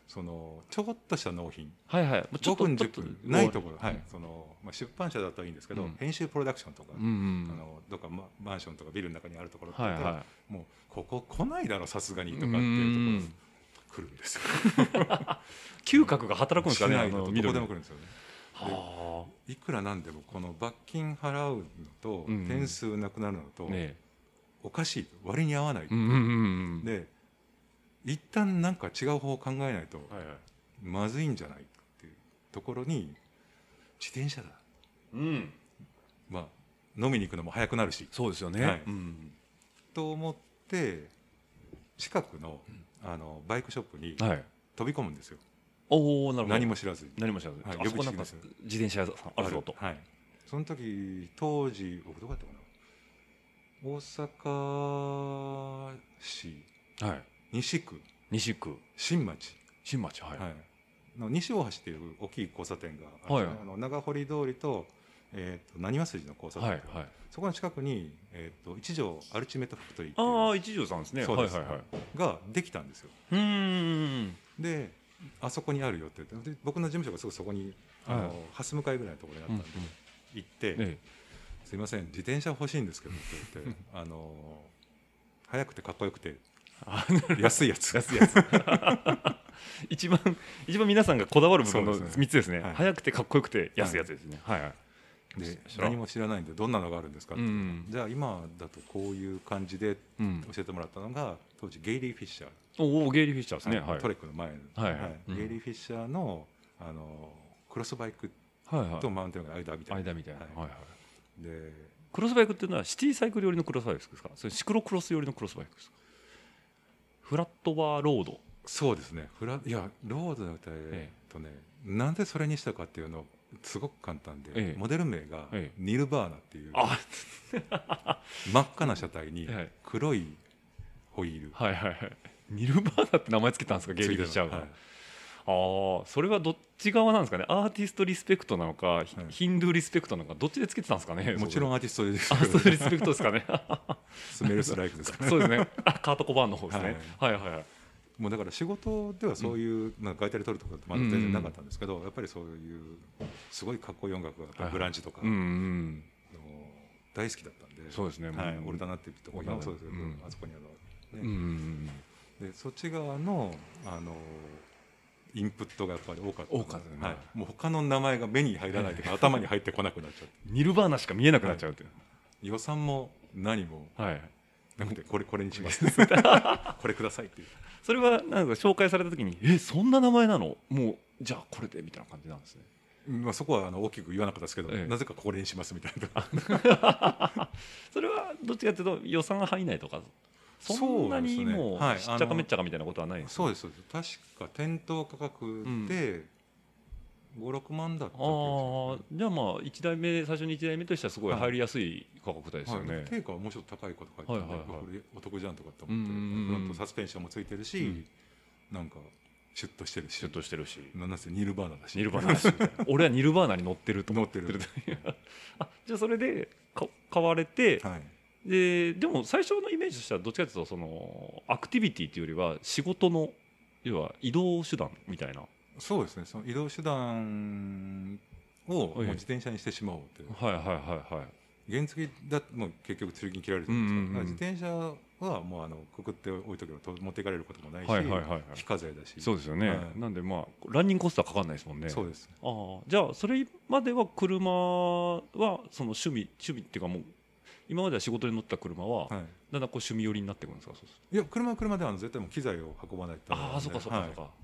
そのちょこっとした納品、 はいはい、 ごふんじゅっぷんないところ、はい、そのまあ、出版社だったらいいんですけど、うん、編集プロダクションとか、うんうん、あのどっかママンションとかビルの中にあるところって言ったら、はいはい、もうここ来ないだろさすがにとかっていうところ来るんですよ。 嗅覚が働くんですかね。 しないのとどこでも来るんですよね。でいくらなんでもこの罰金払うのと点数なくなるのと、うんね、おかしい、割に合わない、うんうんうん、で一旦なんか違う方法を考えないとまずいんじゃないっていうところに自転車だ、うん、まあ飲みに行くのも早くなるし、 そうですよね、はい、うん、 と思って近くの、あのバイクショップに飛び込むんですよ、 はい、おー、なるほど、 何も知らずに何も知らず、はい、あそこなんか自転車屋さんあるぞと、 はい、その時当時僕どこだったかな、大阪市、はい、西区西区新町新町、はい、はい、 の西大橋っていう大きい交差点がある、はい、あの長堀通りと、えー、と浪速筋の交差点、はいはい、そこの近くに、えー、と一条アルティメットファクトリーっていう、 ああ一条さんですね、 そうです、 はいはいはい、 ができたんですよ。 うーんであそこにあるよって言って、で僕の事務所がすぐそこにあの、はい、蓮向かいぐらいのところにあったんで、うんうん、行って、ええ、すいません自転車欲しいんですけどって言ってあの速くてかっこよくて安いやつ安いやつ一番一番皆さんがこだわる部分のみっつですね、はい、速くてかっこよくて安いやつですね、はいはい、 で何も知らないんでどんなのがあるんですかって、うん、じゃあ今だとこういう感じで教えてもらったのが、当時ゲイリー・フィッシャー、 おおゲイリー・フィッシャーですね、はい、 トレックの前の、はいはいはい、ゲイリー・フィッシャーの、あのクロスバイクとマウンテンの間みたいな、 間みたいな、はいはいはい、 でクロスバイクっていうのはシティサイクル寄りのクロスバイクですか、それシクロクロス寄りのクロスバイクですか、フラットバーロード、 そうですね、フラいやロードの歌えとね、ええ、なんでそれにしたかっていうのすごく簡単で、ええ、モデル名がニルバーナっていう、ええ、真っ赤な車体に黒いホイール、 はいはいはい、ニルバーナって名前つけたんですか、ゲイリー・フィッシャーが、はい、ああそれはどっち側なんですかね、アーティストリスペクトなのか、はい、ヒンドゥーリスペクトなのか、どっちでつけてたんですかね。 もちろんアーティストです、 アーティストリスペクトですかねスメルスライクですかねそうですね、カート・コバーンの方ですね、はい、はいはいはい、 もうだから仕事ではそういう、うん、なんかガイタリ取るとかってまだ全然なかったんですけど、うん、やっぱりそういうすごいかっこいい音楽がやっぱりブランチとか、はい、うんうん、の大好きだったんで、 そうですね、 はい、オルタナっていうところもそうですけど、うん、あそこにある、ね、うん、でそっち側のあのインプットがやっぱり多かった、 多かったね、 はい、もう他の名前が目に入らないというか頭に入ってこなくなっちゃうニルバーナしか見えなくなっちゃうという、はい、 予算も何も、はい、なくてこれこれにしますこれくださいっていう、 それはなんか紹介された時にえそんな名前なの、もうじゃあこれでみたいな感じなんですね。 まあ、そこはあの大きく言わなかったですけど、ええ、なぜかこれにしますみたいなそれはどっちかというと予算が入らないとかそんなにもうしっちゃかめっちゃかみたいなことはないんですか。 そうです、そうです、確か店頭価格でご、ろくまんだったっけですよね。 あ、じゃあまあいちだいめ、最初にいちだいめとしてはすごい入りやすい価格帯ですよね、 はいはい、定価はもうちょっと高いこと書いてあるんで、はいはいはい、これお得じゃんとかって思って、フロントサスペンションもついてるし、うん、なんかシュッとしてるし、 シュッとしてるし、 なんせニルバーナだし、 ニルバーナだし俺はニルバーナに乗ってると乗ってるあ、じゃあそれでか買われて、はい、で, でも最初のイメージとしてはどっちかというとそのアクティビティというよりは仕事の要は移動手段みたいな。 そうですね、その移動手段をもう自転車にしてしまおうという、 はいはいはいはい、 原付だともう結局釣りに切られてるんですけど、自転車はもうあのくくって置いとけば持っていかれることもないし、はいはいはいはい、非課税だし。 そうですよね、はい、なんでまあランニングコストはかかんないですもんね。 そうです。 あ、じゃあそれまでは車はその趣味趣味っていうかもう今までは仕事に乗った車は、はい、だんだんこう趣味寄りになってくるんですか。そういや車は車では絶対もう機材を運ばないと、 ああそうかそうかそうか、はい、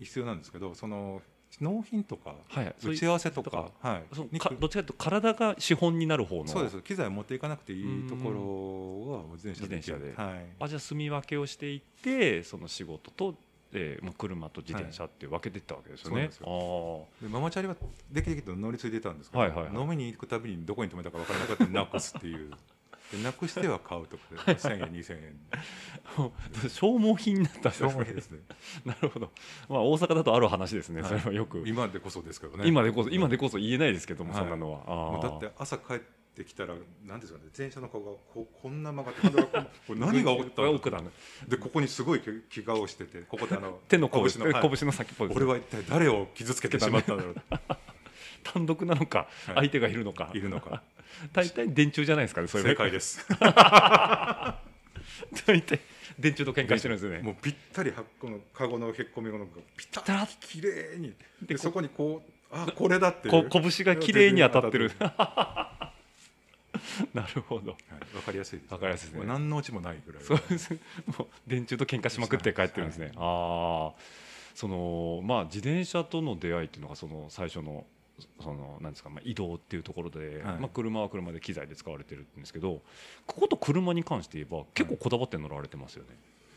必要なんですけど、その納品とか、はい、打ち合わせとか、はい、 そかどっちかというと体が資本になる方の。 そうです、機材を持っていかなくていいところはもう自転車で、 はい、あ、じゃあ住み分けをしていってその仕事と、えーまあ、車と自転車って分けていったわけですよね、はい、そうなんですよ。 あでママチャリはできてきて乗り継いでたんですけど、はいはいはい、飲みに行くたびにどこに止めたか分からなかったらなくすっていうでなくしては買うとかでせんえんにせんえん消耗品になったんですね。消耗品ですねなるほど、まあ、大阪だとある話ですね、はい、それはよく今でこそですけどね、 今でこそ今でこそ言えないですけども、はい、そんなのは。 あもうだって朝帰ってきたら何ですかね、自転車の顔が こ, こんな曲がってこれ何が起きたので、ここにすごい怪我をしてて、ここであの手の拳の、はい、拳の先っぽです、ね、 俺は一体誰を傷つけてしまったんだろう単独なのか、はい、相手がいるのかいるのか大体電柱じゃないですかね、それ正解です大体電柱と喧嘩してるんですよね。 もうぴったりこのカゴのへっこみがピタッときれいにで、そこにこうあこれだっていうこ拳がきれいに当たってるなるほど、はい、 分かりやすいです、ね、 分かりやすいですね。 何の落ちもないぐらい。 そうですもう電柱と喧嘩しまくって帰ってるんですね、はい、ああそのまあ自転車との出会いっていうのがその最初のそのなんですか、まあ、移動っていうところで、はい、まあ、車は車で機材で使われてるんですけど、ここと車に関して言えば結構こだわって乗られてますよね、はい、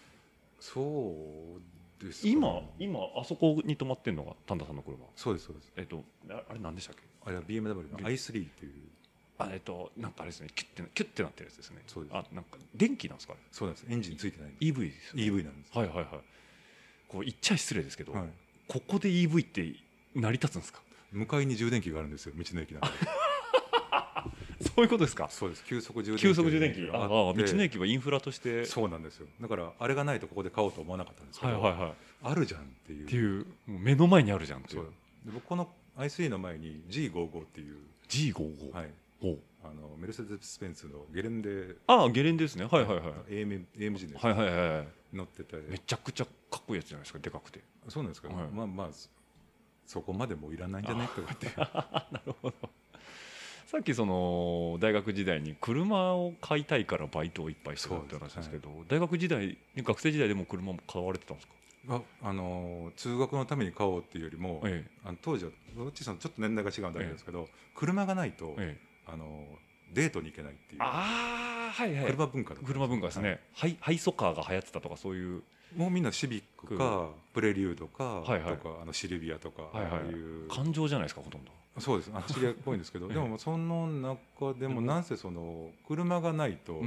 そうですか、ね、 今今あそこに止まってるのが丹田さんの車。 そうですそうです。 えっとあれ何でしたっけ。 あれは ビーエムダブリュー の アイスリー っていう、 あえっとなんかあれですね、キュッてキュッてなってるやつですね。 そうです。 あなんか電気なんですか。 そうなんです。エンジンついてない。 イーブイ ですよね。 イーブイ なんです。 はいはいはい。こう言っちゃ失礼ですけど、はい、ここで イーブイ って成り立つんですか。 向かいに充電器があるんですよ、道の駅なんでそういうことですか。 そうです。急速充電器。 急速充電器。ああ、道の駅はインフラとして。 そうなんですよ。だからあれがないとここで買おうと思わなかったんですけど、はいはいはい、あるじゃんっていう。 っていうもう目の前にあるじゃんっていう。 そうで僕この アイスリー の前に ジーごじゅうご っていうジーごじゅうご、 はい、あのメルセデス・ベンツのゲレンデ。 ああゲレンデですね。はいはいはい。 エーエム エーエムジー で、 はいはいはい、 乗っててめちゃくちゃかっこいいやつじゃないですか、でかくて。 そうなんですか、はい、まあまあそこまでもういらないんじゃないとかってなるほど。さっきその大学時代に車を買いたいからバイトをいっぱいしてたって話ですけど、はい、大学時代学生時代でも車も買われてたんですか。 ああの通学のために買おうっていうよりも、ええ、あの当時はどっちさんちょっと年代が違うんだけですけど、ええ、車がないと、ええ、あのデートに行けないっていう。 あ、はいはい、 車文化だった。 車文化ですね、はい、ハイソカーが流行ってたとかそういう。 もうみんなシビックかプレリュードか、はいはい、とかあのシルビアとか、はいはい、ああいう感情じゃないですかほとんど。 そうです。あシリアっぽいんですけどでもその中でもなんせその車がないと、うん、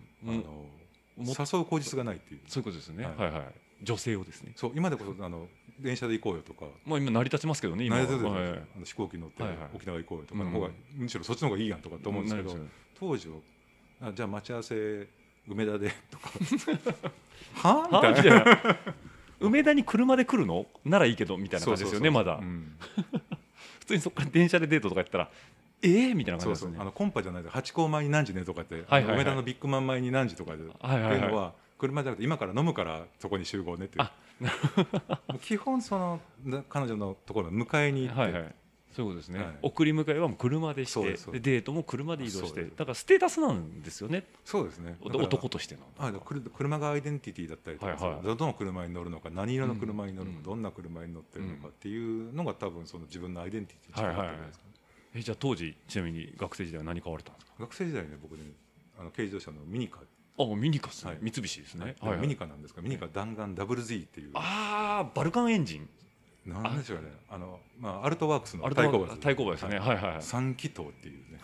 あの誘う口実がないっていう。 そういうことですね、はいはいはい、女性をですね。 そう今でこそあの電車で行こうよとか、 まあ、今成り立ちますけどね。今は、 はい、あの飛行機乗って沖縄行こうよとかの方が、はいはい、むしろそっちの方がいいやんとかと思うんですけど、うん、当時はあじゃあ待ち合わせ梅田でとかはみたいな梅田に車で来るのならいいけどみたいな感じですよね。まだ、うん、普通にそこから電車でデートとかやったらえーみたいな感じですよね。 そうそうあのコンパじゃないでハチ公前に何時ねとかって、はいはいはい、梅田のビッグマン前に何時とかで、はいはいはい、っていうのは車じゃなくて今から飲むからそこに集合ねっていう。あもう基本その彼女のところの迎えに行って、はいはい、 そういうことですね、はい、送り迎えはもう車でしてでデートも車で移動して、だからステータスなんですよね。 そうですね。 男としてのあ車がアイデンティティだったりとか、はいはい、どの車に乗るのか何色の車に乗るのか、うん、どんな車に乗ってるのかっていうのが多分その自分のアイデンティティに近いですかね。 えじゃあ当時ちなみに学生時代は何買われたんですか。 学生時代ね僕ねあの軽自動車のミニカ。 あミニカですね、はい、三菱ですね、 はいはい、ミニカなんですか。ミニカ弾丸 ダブリューズイー っていう。 ああバルカンエンジンなんでしょうね。あのまあアルトワークスの対抗馬対抗馬ですね。はいはいはい。 さん気筒っていうね。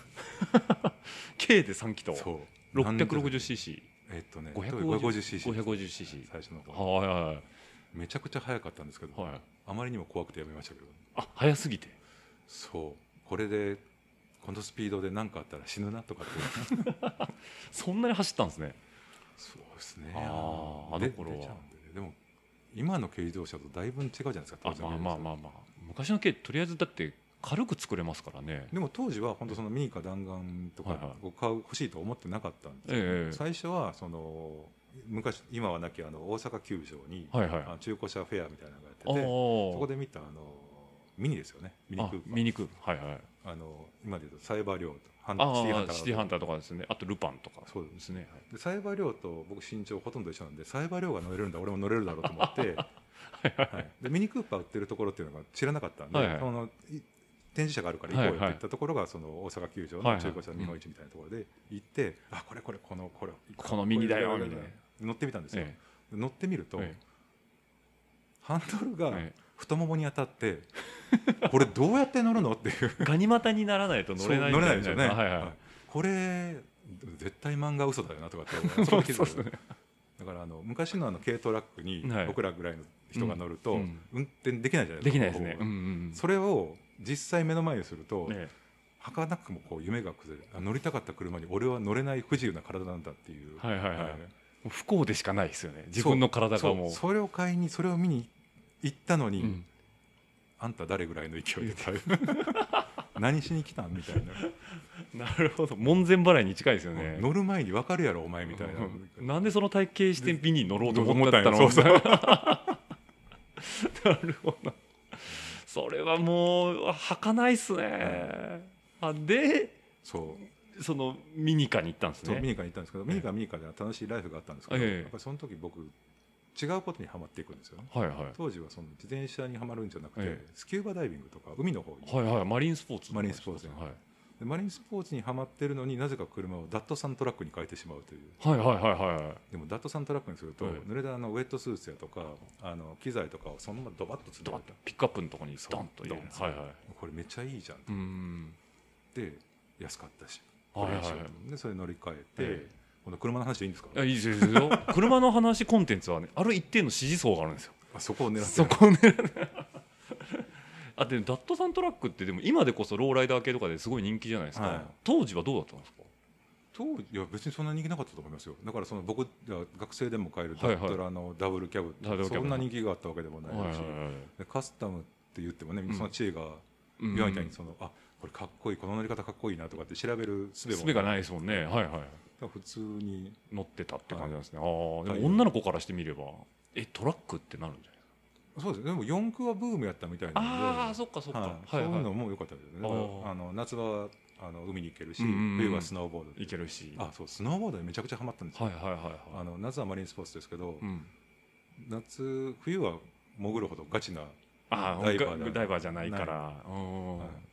K でさん気筒。そう。ろっぴゃくろくじゅうシーシー。 えっとね。 ごひゃくごじゅうシーシー。ごひゃくごじゅうシーシー。 最初の方。 はいはいはい。 めちゃくちゃ速かったんですけど、はい、あまりにも怖くてやめましたけど。 あ速すぎて。 そうこれでこのスピードで何かあったら死ぬなとかってそんなに走ったんですね。 そうですね。 ああの頃は。 でも今の軽自動車とだいぶ違うじゃないですか。当時のまあまあまあまあ昔の軽とりあえずだって軽く作れますからね。 でも当時は本当そのミニカ弾丸とかを買う欲しいと思ってなかったんですけど、ええ、最初はその昔今はなきあの大阪球場に、はいはい、中古車フェアみたいなのがやってて、そこで見たあのミニですよね。ミニクーパー。 ミニクーパーはいはい。 あの今で言うとサイバーリョウとハンシティハンターシティハンターとかですね。あとルパンとか。 そうですね。でサイバーリョウと僕身長ほとんど一緒なんでサイバーリョウが乗れるんだ俺も乗れるだろうと思ってはいはい、でミニクーパー売ってるところっていうのが知らなかったんで、はいはい、その展示車があるから行こうよって言ったところがその大阪球場の中古車日本一みたいなところで行って、はいはい、あこれこれこのこれこのミニだよみたいな乗ってみたんですよ、ええ、乗ってみると、ええ、ハンドルが太ももに当たって、え、これどうやって乗るのっていうガニ股にならないと乗れないみたいな。乗れないですよね、はいはいはい、 これ絶対漫画嘘だよなとかってそう気づく、ね、だからあの昔のあの軽トラックに僕らぐらいの人が乗ると、はい、うん、運転できないじゃないですか。 できないですね、うんうん、 それを実際目の前にすると、ね、 儚くもこう夢が崩れる、乗りたかった車に俺は乗れない不自由な体なんだっていう、 はいはいはいはい、不幸でしかないですよね、自分の体がもう。 そ, それを買いにそれを見に行ったのに、うん、あんた誰ぐらいの勢いで買う何しに来たんみたいななるほど、門前払いに近いですよね。 乗る前に分かるやろお前みたいな、 うん、なんでその体型して美に乗ろうと思ったのそうそうなるほど、それはもう儚いっすね、うん、あでそうそのミニカに行ったんですね。 そうミニカに行ったんですけど、ミニカはミニカで楽しいライフがあったんですけど、ええ、やっぱりその時僕違うことにはまっていくんですよ、 はいはい、 当時はその自転車にはまるんじゃなくて、ええ、スキューバダイビングとか海の方に、 はいはい、マリンスポーツマリンスポーツ、はい、でマリンスポーツにはまってるのになぜか車をダットサントラックに変えてしまうという、 はいはいはいはい、 でもダットサントラックにすると、はい、濡れたあのウェットスーツやとかあの機材とかをそのままドバッとドバッとピックアップのところにドンと入れる、はいはい、 これめっちゃいいじゃん、うん、で安かったし、 はいはいはい、 でそれ乗り換えて、はい、この車の話でいいんですか？ いやいいですよ車の話コンテンツはね、ある一定の支持層があるんですよ。 あそこを狙ってる、 そこを狙ってあでダットサントラックってでも今でこそローライダー系とかですごい人気じゃないですか、はい、当時はどうだったんですか？ 当時いや別にそんな人気なかったと思いますよ。だからその僕学生でも買えるダットラのダブルキャブって、はいはい、そんな人気があったわけでもないし、はいはいはい、カスタムって言ってもね、その知恵が今みたいにその、うん、あこれかっこいい、この乗り方かっこいいなとかって調べる術も術がないですもんね。はいはい、 普通に乗ってたって感じなんですね、はい、あでも女の子からしてみればえトラックってなるんじゃないですか？ そうですね、でも四駆はブームやったみたいなので、 ああそっかそっか、はいはい、そういうのも良かったですね。あの夏はあの海に行けるし、冬はスノーボード行けるし、 あそうスノーボードにめちゃくちゃハマったんですよ、 はいはいはいはい、 あの夏はマリンスポーツですけど、うん、夏冬は潜るほどガチなあダイバーダイバーじゃないから、はい、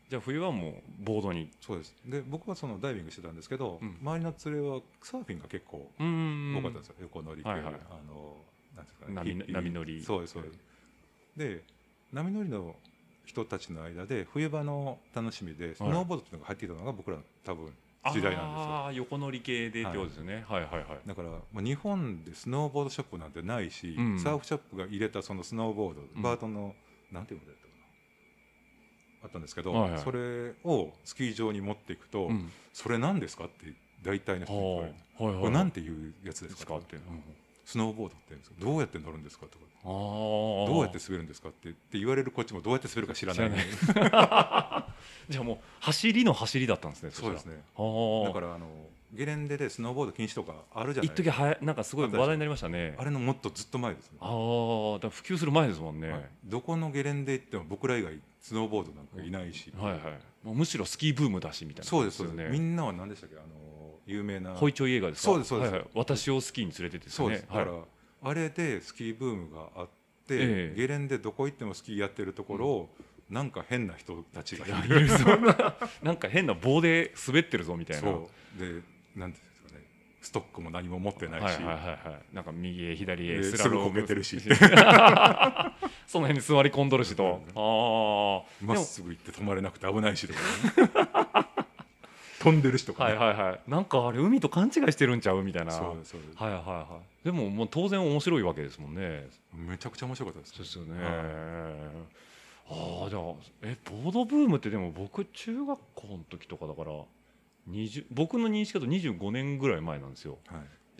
じゃあ冬はもうボードに。 そうです。で僕はそのダイビングしてたんですけど、うん、周りの連れはサーフィンが結構多かったんですよ。横乗り系、はいはい、あのなんですかね、 波, 波乗り、 そうですそうです。で波乗りの人たちの間で冬場の楽しみでスノーボードっていうのが入っていたのが僕ら多分時代なんですよ。 あ横乗り系でってことですよね、はい、はいはいはい。 だから、まあ、日本でスノーボードショップなんてないし、うん、サーフショップが入れたそのスノーボード、うん、バートのなんていうのだったかなあったんですけど、はいはい、それをスキー場に持っていくと、うん、それ何ですかって大体の人に聞かれる、はいはいはい、これなんていうやつですかって、うん、スノーボードってどうやって乗るんですかとか、あどうやって滑るんですかってって言われるこっちもどうやって滑るか知らないじゃあもう走りの走りだったんですね。 そうですね。だからあのゲレンデでスノーボード禁止とかあるじゃないですか。 一時はなんかすごい話題になりましたね。 あれのもっとずっと前ですね。 ああ、だから普及する前ですもんね、はい、 どこのゲレンデ行っても僕ら以外スノーボードなんかいないし、 はいはい、もうむしろスキーブームだしみたいな、ね、 そうですそうです。みんなは何でしたっけ、あの有名なホイチョイ映画ですか。 そうですそうです、 はいはい、私をスキーに連れてってですね。そうです。だから、はい、 あれでスキーブームがあって、ええ、ゲレンデどこ行ってもスキーやってるところを、うん、なんか変な人たちがいるなんか変な棒で滑ってるぞみたいな。 そうでなんていうんですかね、ストックも何も持ってないし、はいはいはいはい、なんか右へ左へスラロームこけてるしその辺に座り込んどるしと、 あまっすぐ行って止まれなくて危ないしとか、ね、飛んでるしとか、ね、 はいはいはい、なんかあれ海と勘違いしてるんちゃうみたいな。 そうですそうです、 はいはいはい、でももう当然面白いわけですもんね。 めちゃくちゃ面白かったです。 そうですよね、はい、ああじゃあえボードブームってでも僕中学校の時とかだからにじゅう僕の認識だとにじゅうごねんぐらい前なんですよ、はい、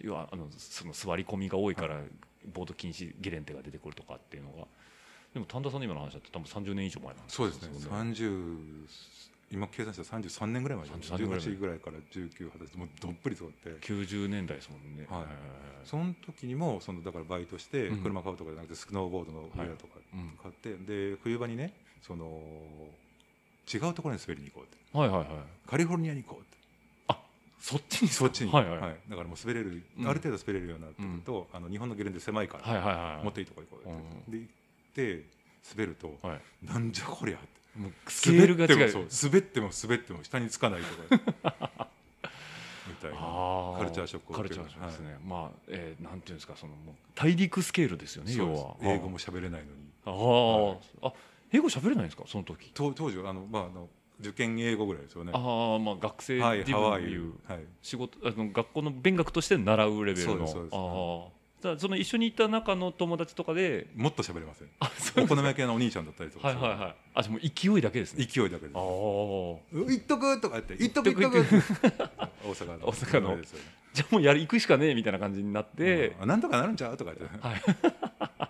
要はあのその座り込みが多いからボード禁止ゲレンデが出てくるとかっていうのが。でも神田さんの今の話だと多分さんじゅうねん以上前なんですよね。 そうですね、さんじゅう今計算したらさんじゅうさんねんぐらい前です。じゅうはちぐらいからじゅうきゅう、はたちもうどっぷりそうやってきゅうじゅうねんだいですもんね、はい、 その時にもそのだからバイトして車買うとかじゃなくてスノーボードのウェアとか買って、はい、で冬場にねその違うところに滑りに行こうって、 はいはいはい、 カリフォルニアに行こうって、 あそっちにそっちに、はいはいはい、だからもう滑れる、うん、ある程度滑れるようになってくると、うん、あの日本のゲレンデ狭いから、はいはいはい、もっといいとこ行こうって、うん、で行って滑ると、はい、なんじゃこりゃって、 もうスケールが違う、 そう滑っても滑っても下につかないとかみたいなカルチャーショックを受ける。カルチャーショックですね、 はい、まあ、えー、なんていうんですか、そのもう大陸スケールですよね。要は英語も喋れないのに、 あ、はい、あ英語喋れないんですかその時。 当時あの、まあ、あの受験英語ぐらいですよね。 あ、まあ、学生っていう仕事、あの学校の勉学として習うレベルの。 そうですそうです、 あ、 その一緒に行った中の友達とかでもっと喋れません。あ、そうお好み焼き屋のお兄ちゃんだったりとか。 はいはいはい。あ、じゃもう勢いだけですね。 勢いだけです。ああ。行っとくとか言って行っとく行っとく。大阪の。 大阪の。じゃあもうやる行くしかねえみたいな感じになって、 うん、なんとかなるんちゃうとか言って。 はい。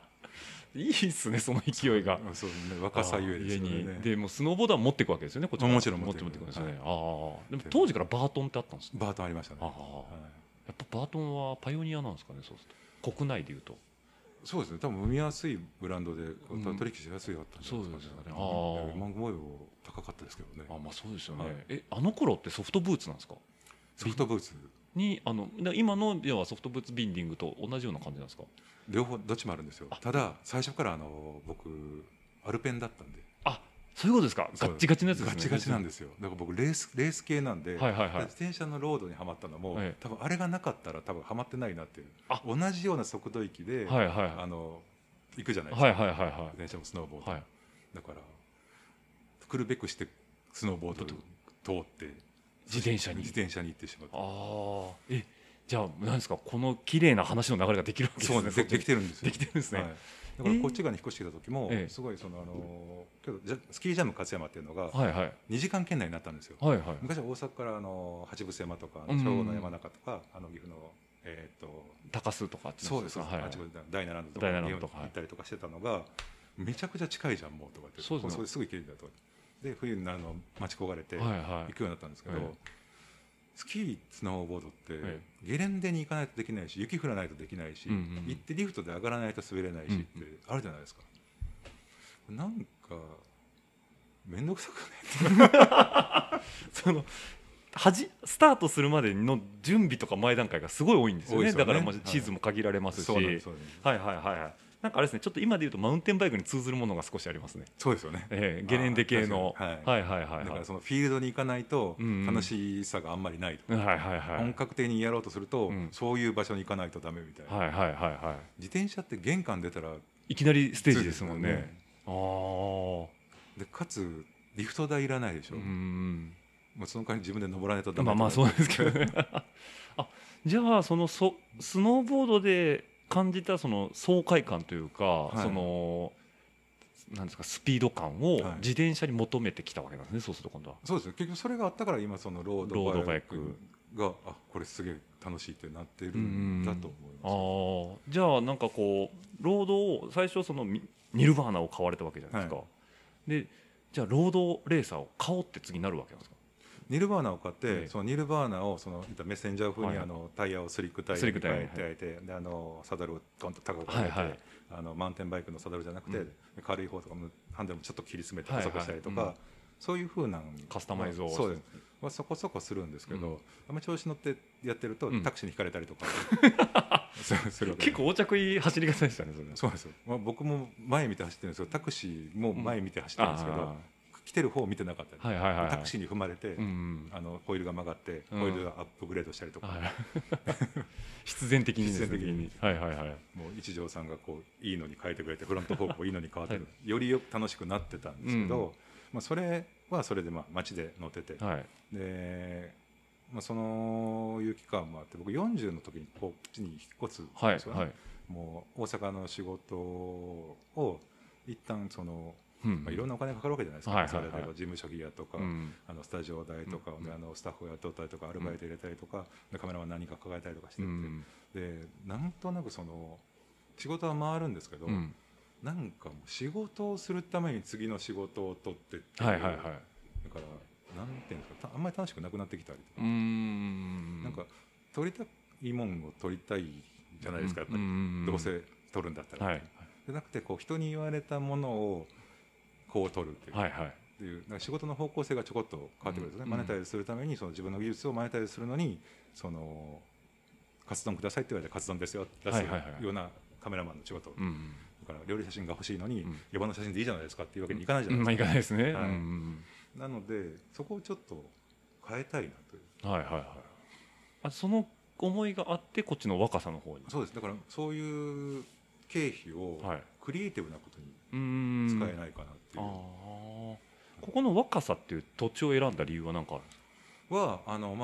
いいっすねその勢いが。 そうね、若さゆえですよね。 でもうスノーボードは持っていくわけですよね。こっちもちろん持って持ってくるんですよね。ああ。でも当時からバートンってあったんですか。 バートンありましたね。ああ。やっぱバートンはパイオニアなんですかね。そうすると国内でいうと。 そうですね。多分生みやすいブランドで取引しやすいかったんですかね。そうですよね。ああ。マンゴー高かったですけどね。 あ、まあそうですよね。え、あの頃ってソフトブーツなんですか。 ソフトブーツにあの今の要はソフトブーツビンディングと同じような感じなんですか。 両方どっちもあるんですよ。ただ最初からあの僕アルペンだったんで。 あ、そういうことですか。ガッチガチのやつですね。 ガチガチなんですよ。だから僕レースレース系なんで、 はいはいはい、 自転車のロードにはまったのも、はい、多分あれがなかったら多分はまってないなっていう。同じような速度域で、はいはいはい、あの行くじゃないですか。はいはいはいはい、自転車もスノーボード、はい、だから来るべくしてスノーボード通って自転車に自転車に行ってしまった。 ああ、え、じゃあ何ですか、この綺麗な話の流れができるわけですね。 そうですね、できてるんですよ。 できてるんですね。はい、 だからこっち側に引っ越してきた時もすごいそのあのけどスキージャム勝山っていうのがにじかん圏内になったんですよ。はいはい、昔は大阪からあの八伏山とか兵庫の山中とかあの岐阜のえっと高須とかそうです第七度とか行ったりとかしてたのがめちゃくちゃ近いじゃんもうとかってそれすぐ行けるんだとかで冬になるの待ち焦がれて行くようになったんですけど。スキースノーボードってゲレンデに行かないとできないし雪降らないとできないし、うんうん、行ってリフトで上がらないと滑れないしってあるじゃないですか。うんうん、なんか面倒くさくないそのはじスタートするまでの準備とか前段階がすごい多いんですよ ね, よねだからまあ地図も限られますし、はい、はいはいはいはいなんかあれですね、ちょっと今でいうとマウンテンバイクに通ずるものが少しありますね。 そうですよね、 えー、ゲレンデ系の、はい、はいはいはい、 だからそのフィールドに行かないと楽しさがあんまりないと、うんうん、はいはいはい、本格的にやろうとすると、うん、そういう場所に行かないとダメみたいな、はいはいはいはい、自転車って玄関出たらいきなりステージですもんね。ね、あでかつリフト代いらないでしょ、うん、もうその代わり自分で登らないとダメ。 まあまあそうですけどねあ、じゃあそのそスノーボードで感じたその爽快感というか、はい、そのなんですかスピード感を自転車に求めてきたわけなんですね、はい、そうすると今度は。 そうですね、結局それがあったから今そのロードバイクがあこれすげえ楽しいってなってるんだと思います。 あ、じゃあなんかこうロードを最初そのニルバーナを買われたわけじゃないですか、はい、でじゃあロードレーサーを買おうって次なるわけなんですか。 ニルバーナを買って、ね、そのニルバーナをそのメッセンジャー風にあのタイヤをスリックタイヤに変えて焼いて、であのサドルをドンと高く上げて、はいはい、あのマウンテンバイクのサドルじゃなくて、うん、軽い方とかもハンデルもちょっと切り詰めて細くしたりとか、はいはい、うん、そういう風なカスタマイズを、 そうです、まあ、そこそこするんですけど、うん、あんまり調子乗ってやってるとタクシーにひかれたりとか、 うん、する結構横着い走り方でしたねそれ。 そうですよ、まあ、僕も前見て走ってるんですけどタクシーも前見て走ってるんですけど、うん、来てる方を見てなかったり、はいはいはいはい、タクシーに踏まれて、うんうん、あのホイールが曲がってホイールがアップグレードしたりとか、うんはい、 必然的にですね、 必然的に、はいはいはい、もう一条さんがこういいのに変えてくれてフロントフォークもいいのに変わってる、はい、よりよく楽しくなってたんですけど、うん、まあ、それはそれでまあ街で乗ってて、はい、でまあ、そのいう期間もあって僕よんじゅうの時にこっちに引っ越すんですよね、はいはい、もう大阪の仕事を一旦そのまあ、いろんなお金かかるわけじゃないですか、はいはいはい、それで事務所費やとか、うん、あのスタジオ代とか、うん、あのスタッフを雇ったりとかアルバイト入れたりとか、うん、カメラマン何か抱えたりとかしてて、うん、でなんとなくその仕事は回るんですけど、うん、なんかもう仕事をするために次の仕事を取ってって、はいはいはい、だからなんていうんですか、あんまり楽しくなくなってきたりとか、うーん、なんか取りたいもんを取りたいじゃないですか、やっぱりどうせ取るんだったら、はい、でなくてこう人に言われたものをこう取るっていう、はいはい、っていうなんか仕事の方向性がちょこっと変わってくるんですね、うん、マネタイズするためにその自分の技術をマネタイズするのにそのカツ丼くださいって言われてカツ丼ですよ出すようなカメラマンの仕事、はいはいはい、だから料理写真が欲しいのに、うん、野蛮の写真でいいじゃないですかっていうわけにいかないじゃないですか、 うん、まあいかないですね、 はい、うん、なのでそこをちょっと変えたいなという、 はいはいはい、あその思いがあってこっちの若さの方に。 そうです、だからそういう経費をクリエイティブなことに使えないかなっていう、はい、 あここの若さっていう土地を選んだ理由は何かあるんですか。 はあの、まあ、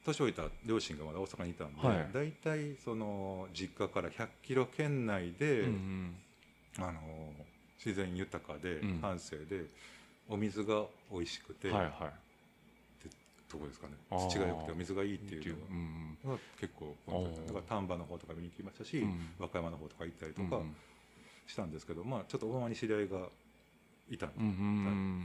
年老いた両親がまだ大阪にいたんで、はい、大体その実家からひゃっキロ圏内で、うんうん、あの自然豊かで閑静で、うん、お水が美味しくて、はいはい、ってとこですかね。土が良くてお水がいいっていうのが結構だから丹波の方とか見に行きましたし、うん、和歌山の方とか行ったりとかしたんですけど、まあ、ちょっと小浜に知り合いがいたんで、うんうん、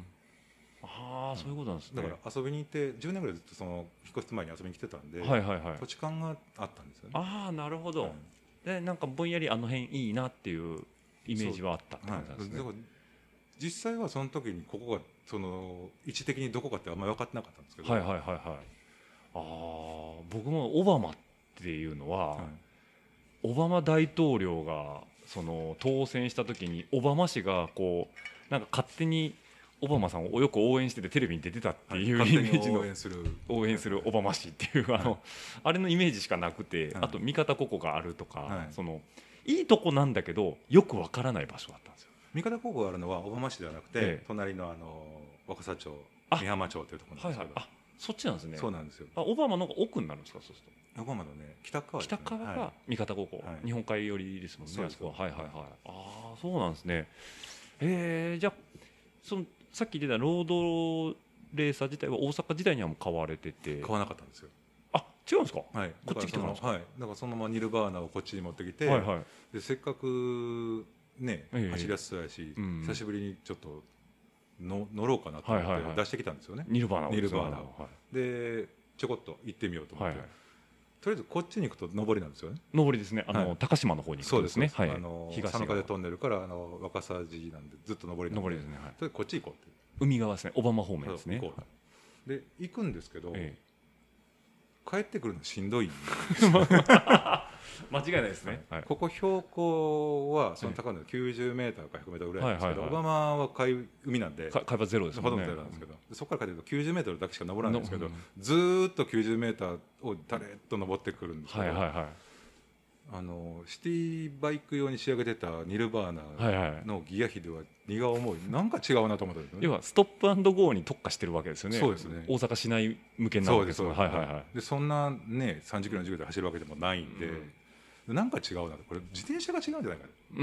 ああ、そういうことなんですね。 だから遊びに行ってじゅうねんぐらいずっとその引っ越す前に遊びに来てたんで、はいはいはい、土地勘があったんですよね。 ああ、なるほど、はい、でなんかぼんやりあの辺いいなっていうイメージはあったって感じなんですね。だから実際はその時にここがその位置的にどこかってあんまり分かってなかったんですけど、 はいはいはいはい、ああ、僕もオバマっていうのは、はい、オバマ大統領がその当選した時にオバマ氏がこうなんか勝手にオバマさんをよく応援しててテレビに出てたっていう、はい、イメージの応援する応援するオバマ氏っていう、はい、あのあれのイメージしかなくて、はい、あと三方高校があるとか、はい、そのいいとこなんだけどよくわからない場所だったんですよ。 三方高校があるのは小浜市ではなくて、ええ、隣のあの若狭町美浜町というところなんですけど、はいはい、あ、 そっちなんですね。 そうなんですよ。 あ、小浜の奥になるんですか。そうすると小浜のね北側ですね。 北側が三方高校、はい、日本海寄りですもんね。あそこは、はいはいはい、ああ、そうなんですね。えー、じゃあそのさっき言ってたロードレーサー自体は大阪時代にはもう買われてて。 買わなかったんですよ。 あ、違うんですか。 はい、 こっち来てからですか。 はい、だからそのままニルバーナをこっちに持ってきて、はいはい、でせっかくね、ええ、走りやすそうやし、うん、久しぶりにちょっとの乗ろうかなと思って出してきたんですよね、はいはいはい、ニルバーナをニルバーナを、はい、でちょこっと行ってみようと思って、はいはい、とりあえずこっちに行くと上りなんですよね。 上りですね。あの、はい、高島の方に行くとですね。 そうです、はい、あの佐野風トンネルからあの若狭寺なんでずっと上りなんで、上りですね、はい、それでこっち行こうって、 海側ですね、小浜方面ですね。 行こう、はい、で行くんですけど、ええ、帰ってくるのしんどい間違いないですね、 はい、ここ標高はその高いのできゅうじゅうメーターかひゃくメートルぐらいなんですけど、はいはいはい、小浜は海海なんで海抜ゼロですもんね。 ほとんどゼロなんですけど、うん、そこから帰ってくるときゅうじゅうメートルだけしか登らないんですけど、うん、ずーっときゅうじゅうメーターをだれっと登ってくるんですけど、はいはいはい、あのシティバイク用に仕上げてたニルバーナのギア比では荷が重い、なんか違うなと思ったんですよね。 要はストップアンドゴーに特化してるわけですよね。 そうですね。 大阪市内向けなわけですよね。はいはいはい。 でそんなねさんじゅっキロのじゅうキロで走るわけでもないんで、うん、なんか違うな、これ自転車が違うんじゃないかなと思って、うん、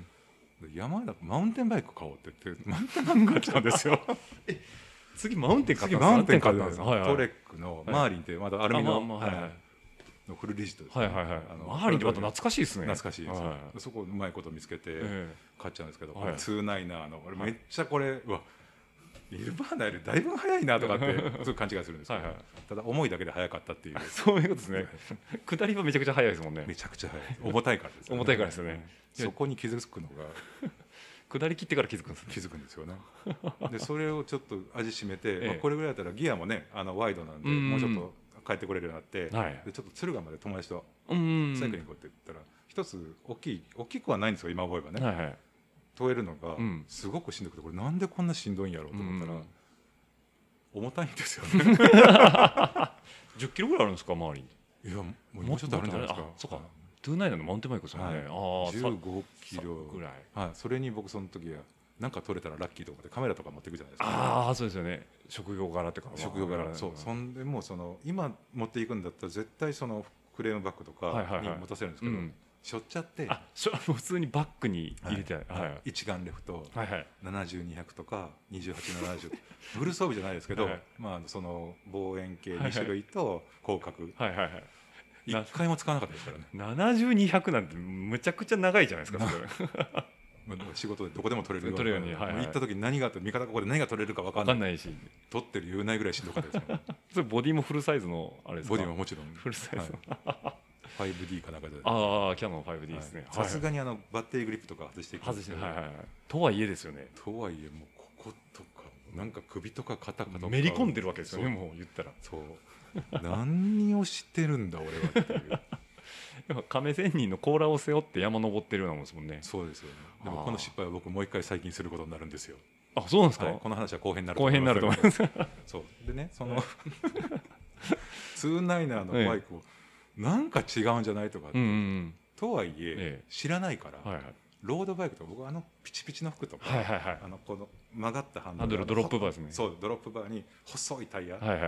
山田マウンテンバイク買おうって言ってマウンテンバイク買っちゃうんですよえ、 次マウンテン買ったんですか。 次マウンテン買ったんです、はいはい、トレックのマーリンってまだアルミの、まあまあはいはい、のフルリジットですね。はいはいはい、あのマーリンってまた懐かしいですね。 懐かしいです、はい、そこうまいこと見つけて買っちゃうんですけど、はい、これツーナイナーの俺めっちゃこれ、はい、うわニルバーナよりだいぶ速いなとかってすごい勘違いするんですけどはい、はい、ただ重いだけで速かったっていうそういうことですね下りはめちゃくちゃ速いですもんね。 めちゃくちゃ速い、重たいからですよね。 重たいからですよね。 そこに気づくのが下り切ってから気づくんです、ね、 気づくんですよねでそれをちょっと味しめて、ええ、まあ、これぐらいだったらギアもねあのワイドなんで、うんうん、もうちょっと帰ってこれるようになって、はい、でちょっと敦賀まで友達とサイクリング行こうって言ったら一つ大きい大きくはないんですよ今思えばね、はいはい、問えるのがすごくしんどくて、これなんでこんなしんどいんやろうと思ったら、うん、重たいんですよねじゅっキロぐらいあるんですか周りに。 いやもうちょっとあるんじゃないですか。 あ、そうか、トゥーナイナーのマウンテンバイクですもんね、はい、 あじゅうごキロぐらい、はい、それに僕その時はなんか撮れたらラッキーとかでカメラとか持っていくじゃないですか。 ああそうですよね、職業柄ってか職業柄、そう、そんでもうその今持っていくんだったら絶対そのフレームバッグとかに持たせるんですけど、はいはいはい、うん、しょっちゃって、 あしょ普通にバッグに入れて、はいはい、一眼レフとななじゅうにひゃくとかにじゅうはちななじゅうフル装備じゃないですけど、はいはい、まあ、その望遠鏡に種類と広角、はいはいはい、いっかいも使わなかったですからね。 ななじゅうにひゃくなんてむちゃくちゃ長いじゃないですかそれ仕事でどこでも撮れるように、ように、はいはい、 行った時に何があって味方がここで何が撮れるか分かんない、分かんないし撮ってる言えないぐらいしんどかったですよそれボディもフルサイズのあれですか。 ボディももちろんフルサイズ、 はい、ファイブディー かなんかで、 ああキャノン ファイブディー ですね。 さすがにあのバッテリーグリップとか外していく外して、はいはいはい、とはいえですよね。 とはいえもうこことかなんか首とか肩とかめり込んでるわけですよね。もう言ったらそう何をしてるんだ俺はっていう亀仙人の甲羅を背負って山登ってるようなもんですもんね。 そうですよね。でもこの失敗は僕もう一回最近することになるんですよ。 あ、そうなんですか、 はい、この話は後編になる後編になると思いますそうでね、そのツーナイナーのバイクをなんか違うんじゃないとかって、うんうんうん、とはいえ、ええ、知らないから、はいはい、ロードバイクとか僕あのピチピチの服とか、はいはいはい、あのこの曲がったハンドルドロップバーですね。 そうドロップバーに細いタイヤ、 はいはい、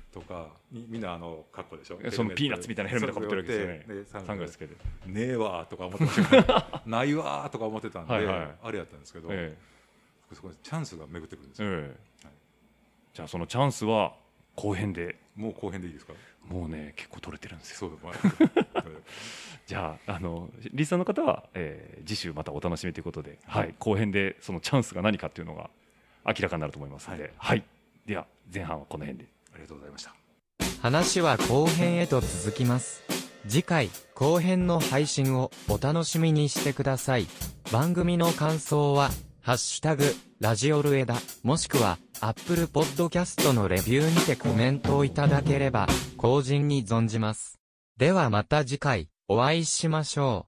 とかみみんなあの格好でしょ。 そのピーナッツみたいなヘルメットかぶってるわけですよね。サングラスつけてねえわーとか思ってましたないわーとか思ってたんで、はい、はい、あれやったんですけど、ええ、そこにチャンスが巡ってくるんですよ、ええ、はい、 じゃあそのチャンスは後編で。 もう後編でいいですか。 もうね結構取れてるんですよ。 そうだじゃあ、あのリスナーの方は、えー、次週またお楽しみということで、はいはい、後編でそのチャンスが何かっていうのが明らかになると思いますので、はいはい、では前半はこの辺で。 ありがとうございました。 話は後編へと続きます。次回後編の配信をお楽しみにしてください。番組の感想はハッシュタグラジオルエダもしくはアップルポッドキャストのレビューにてコメントをいただければ後人に存じます。ではまた次回お会いしましょう。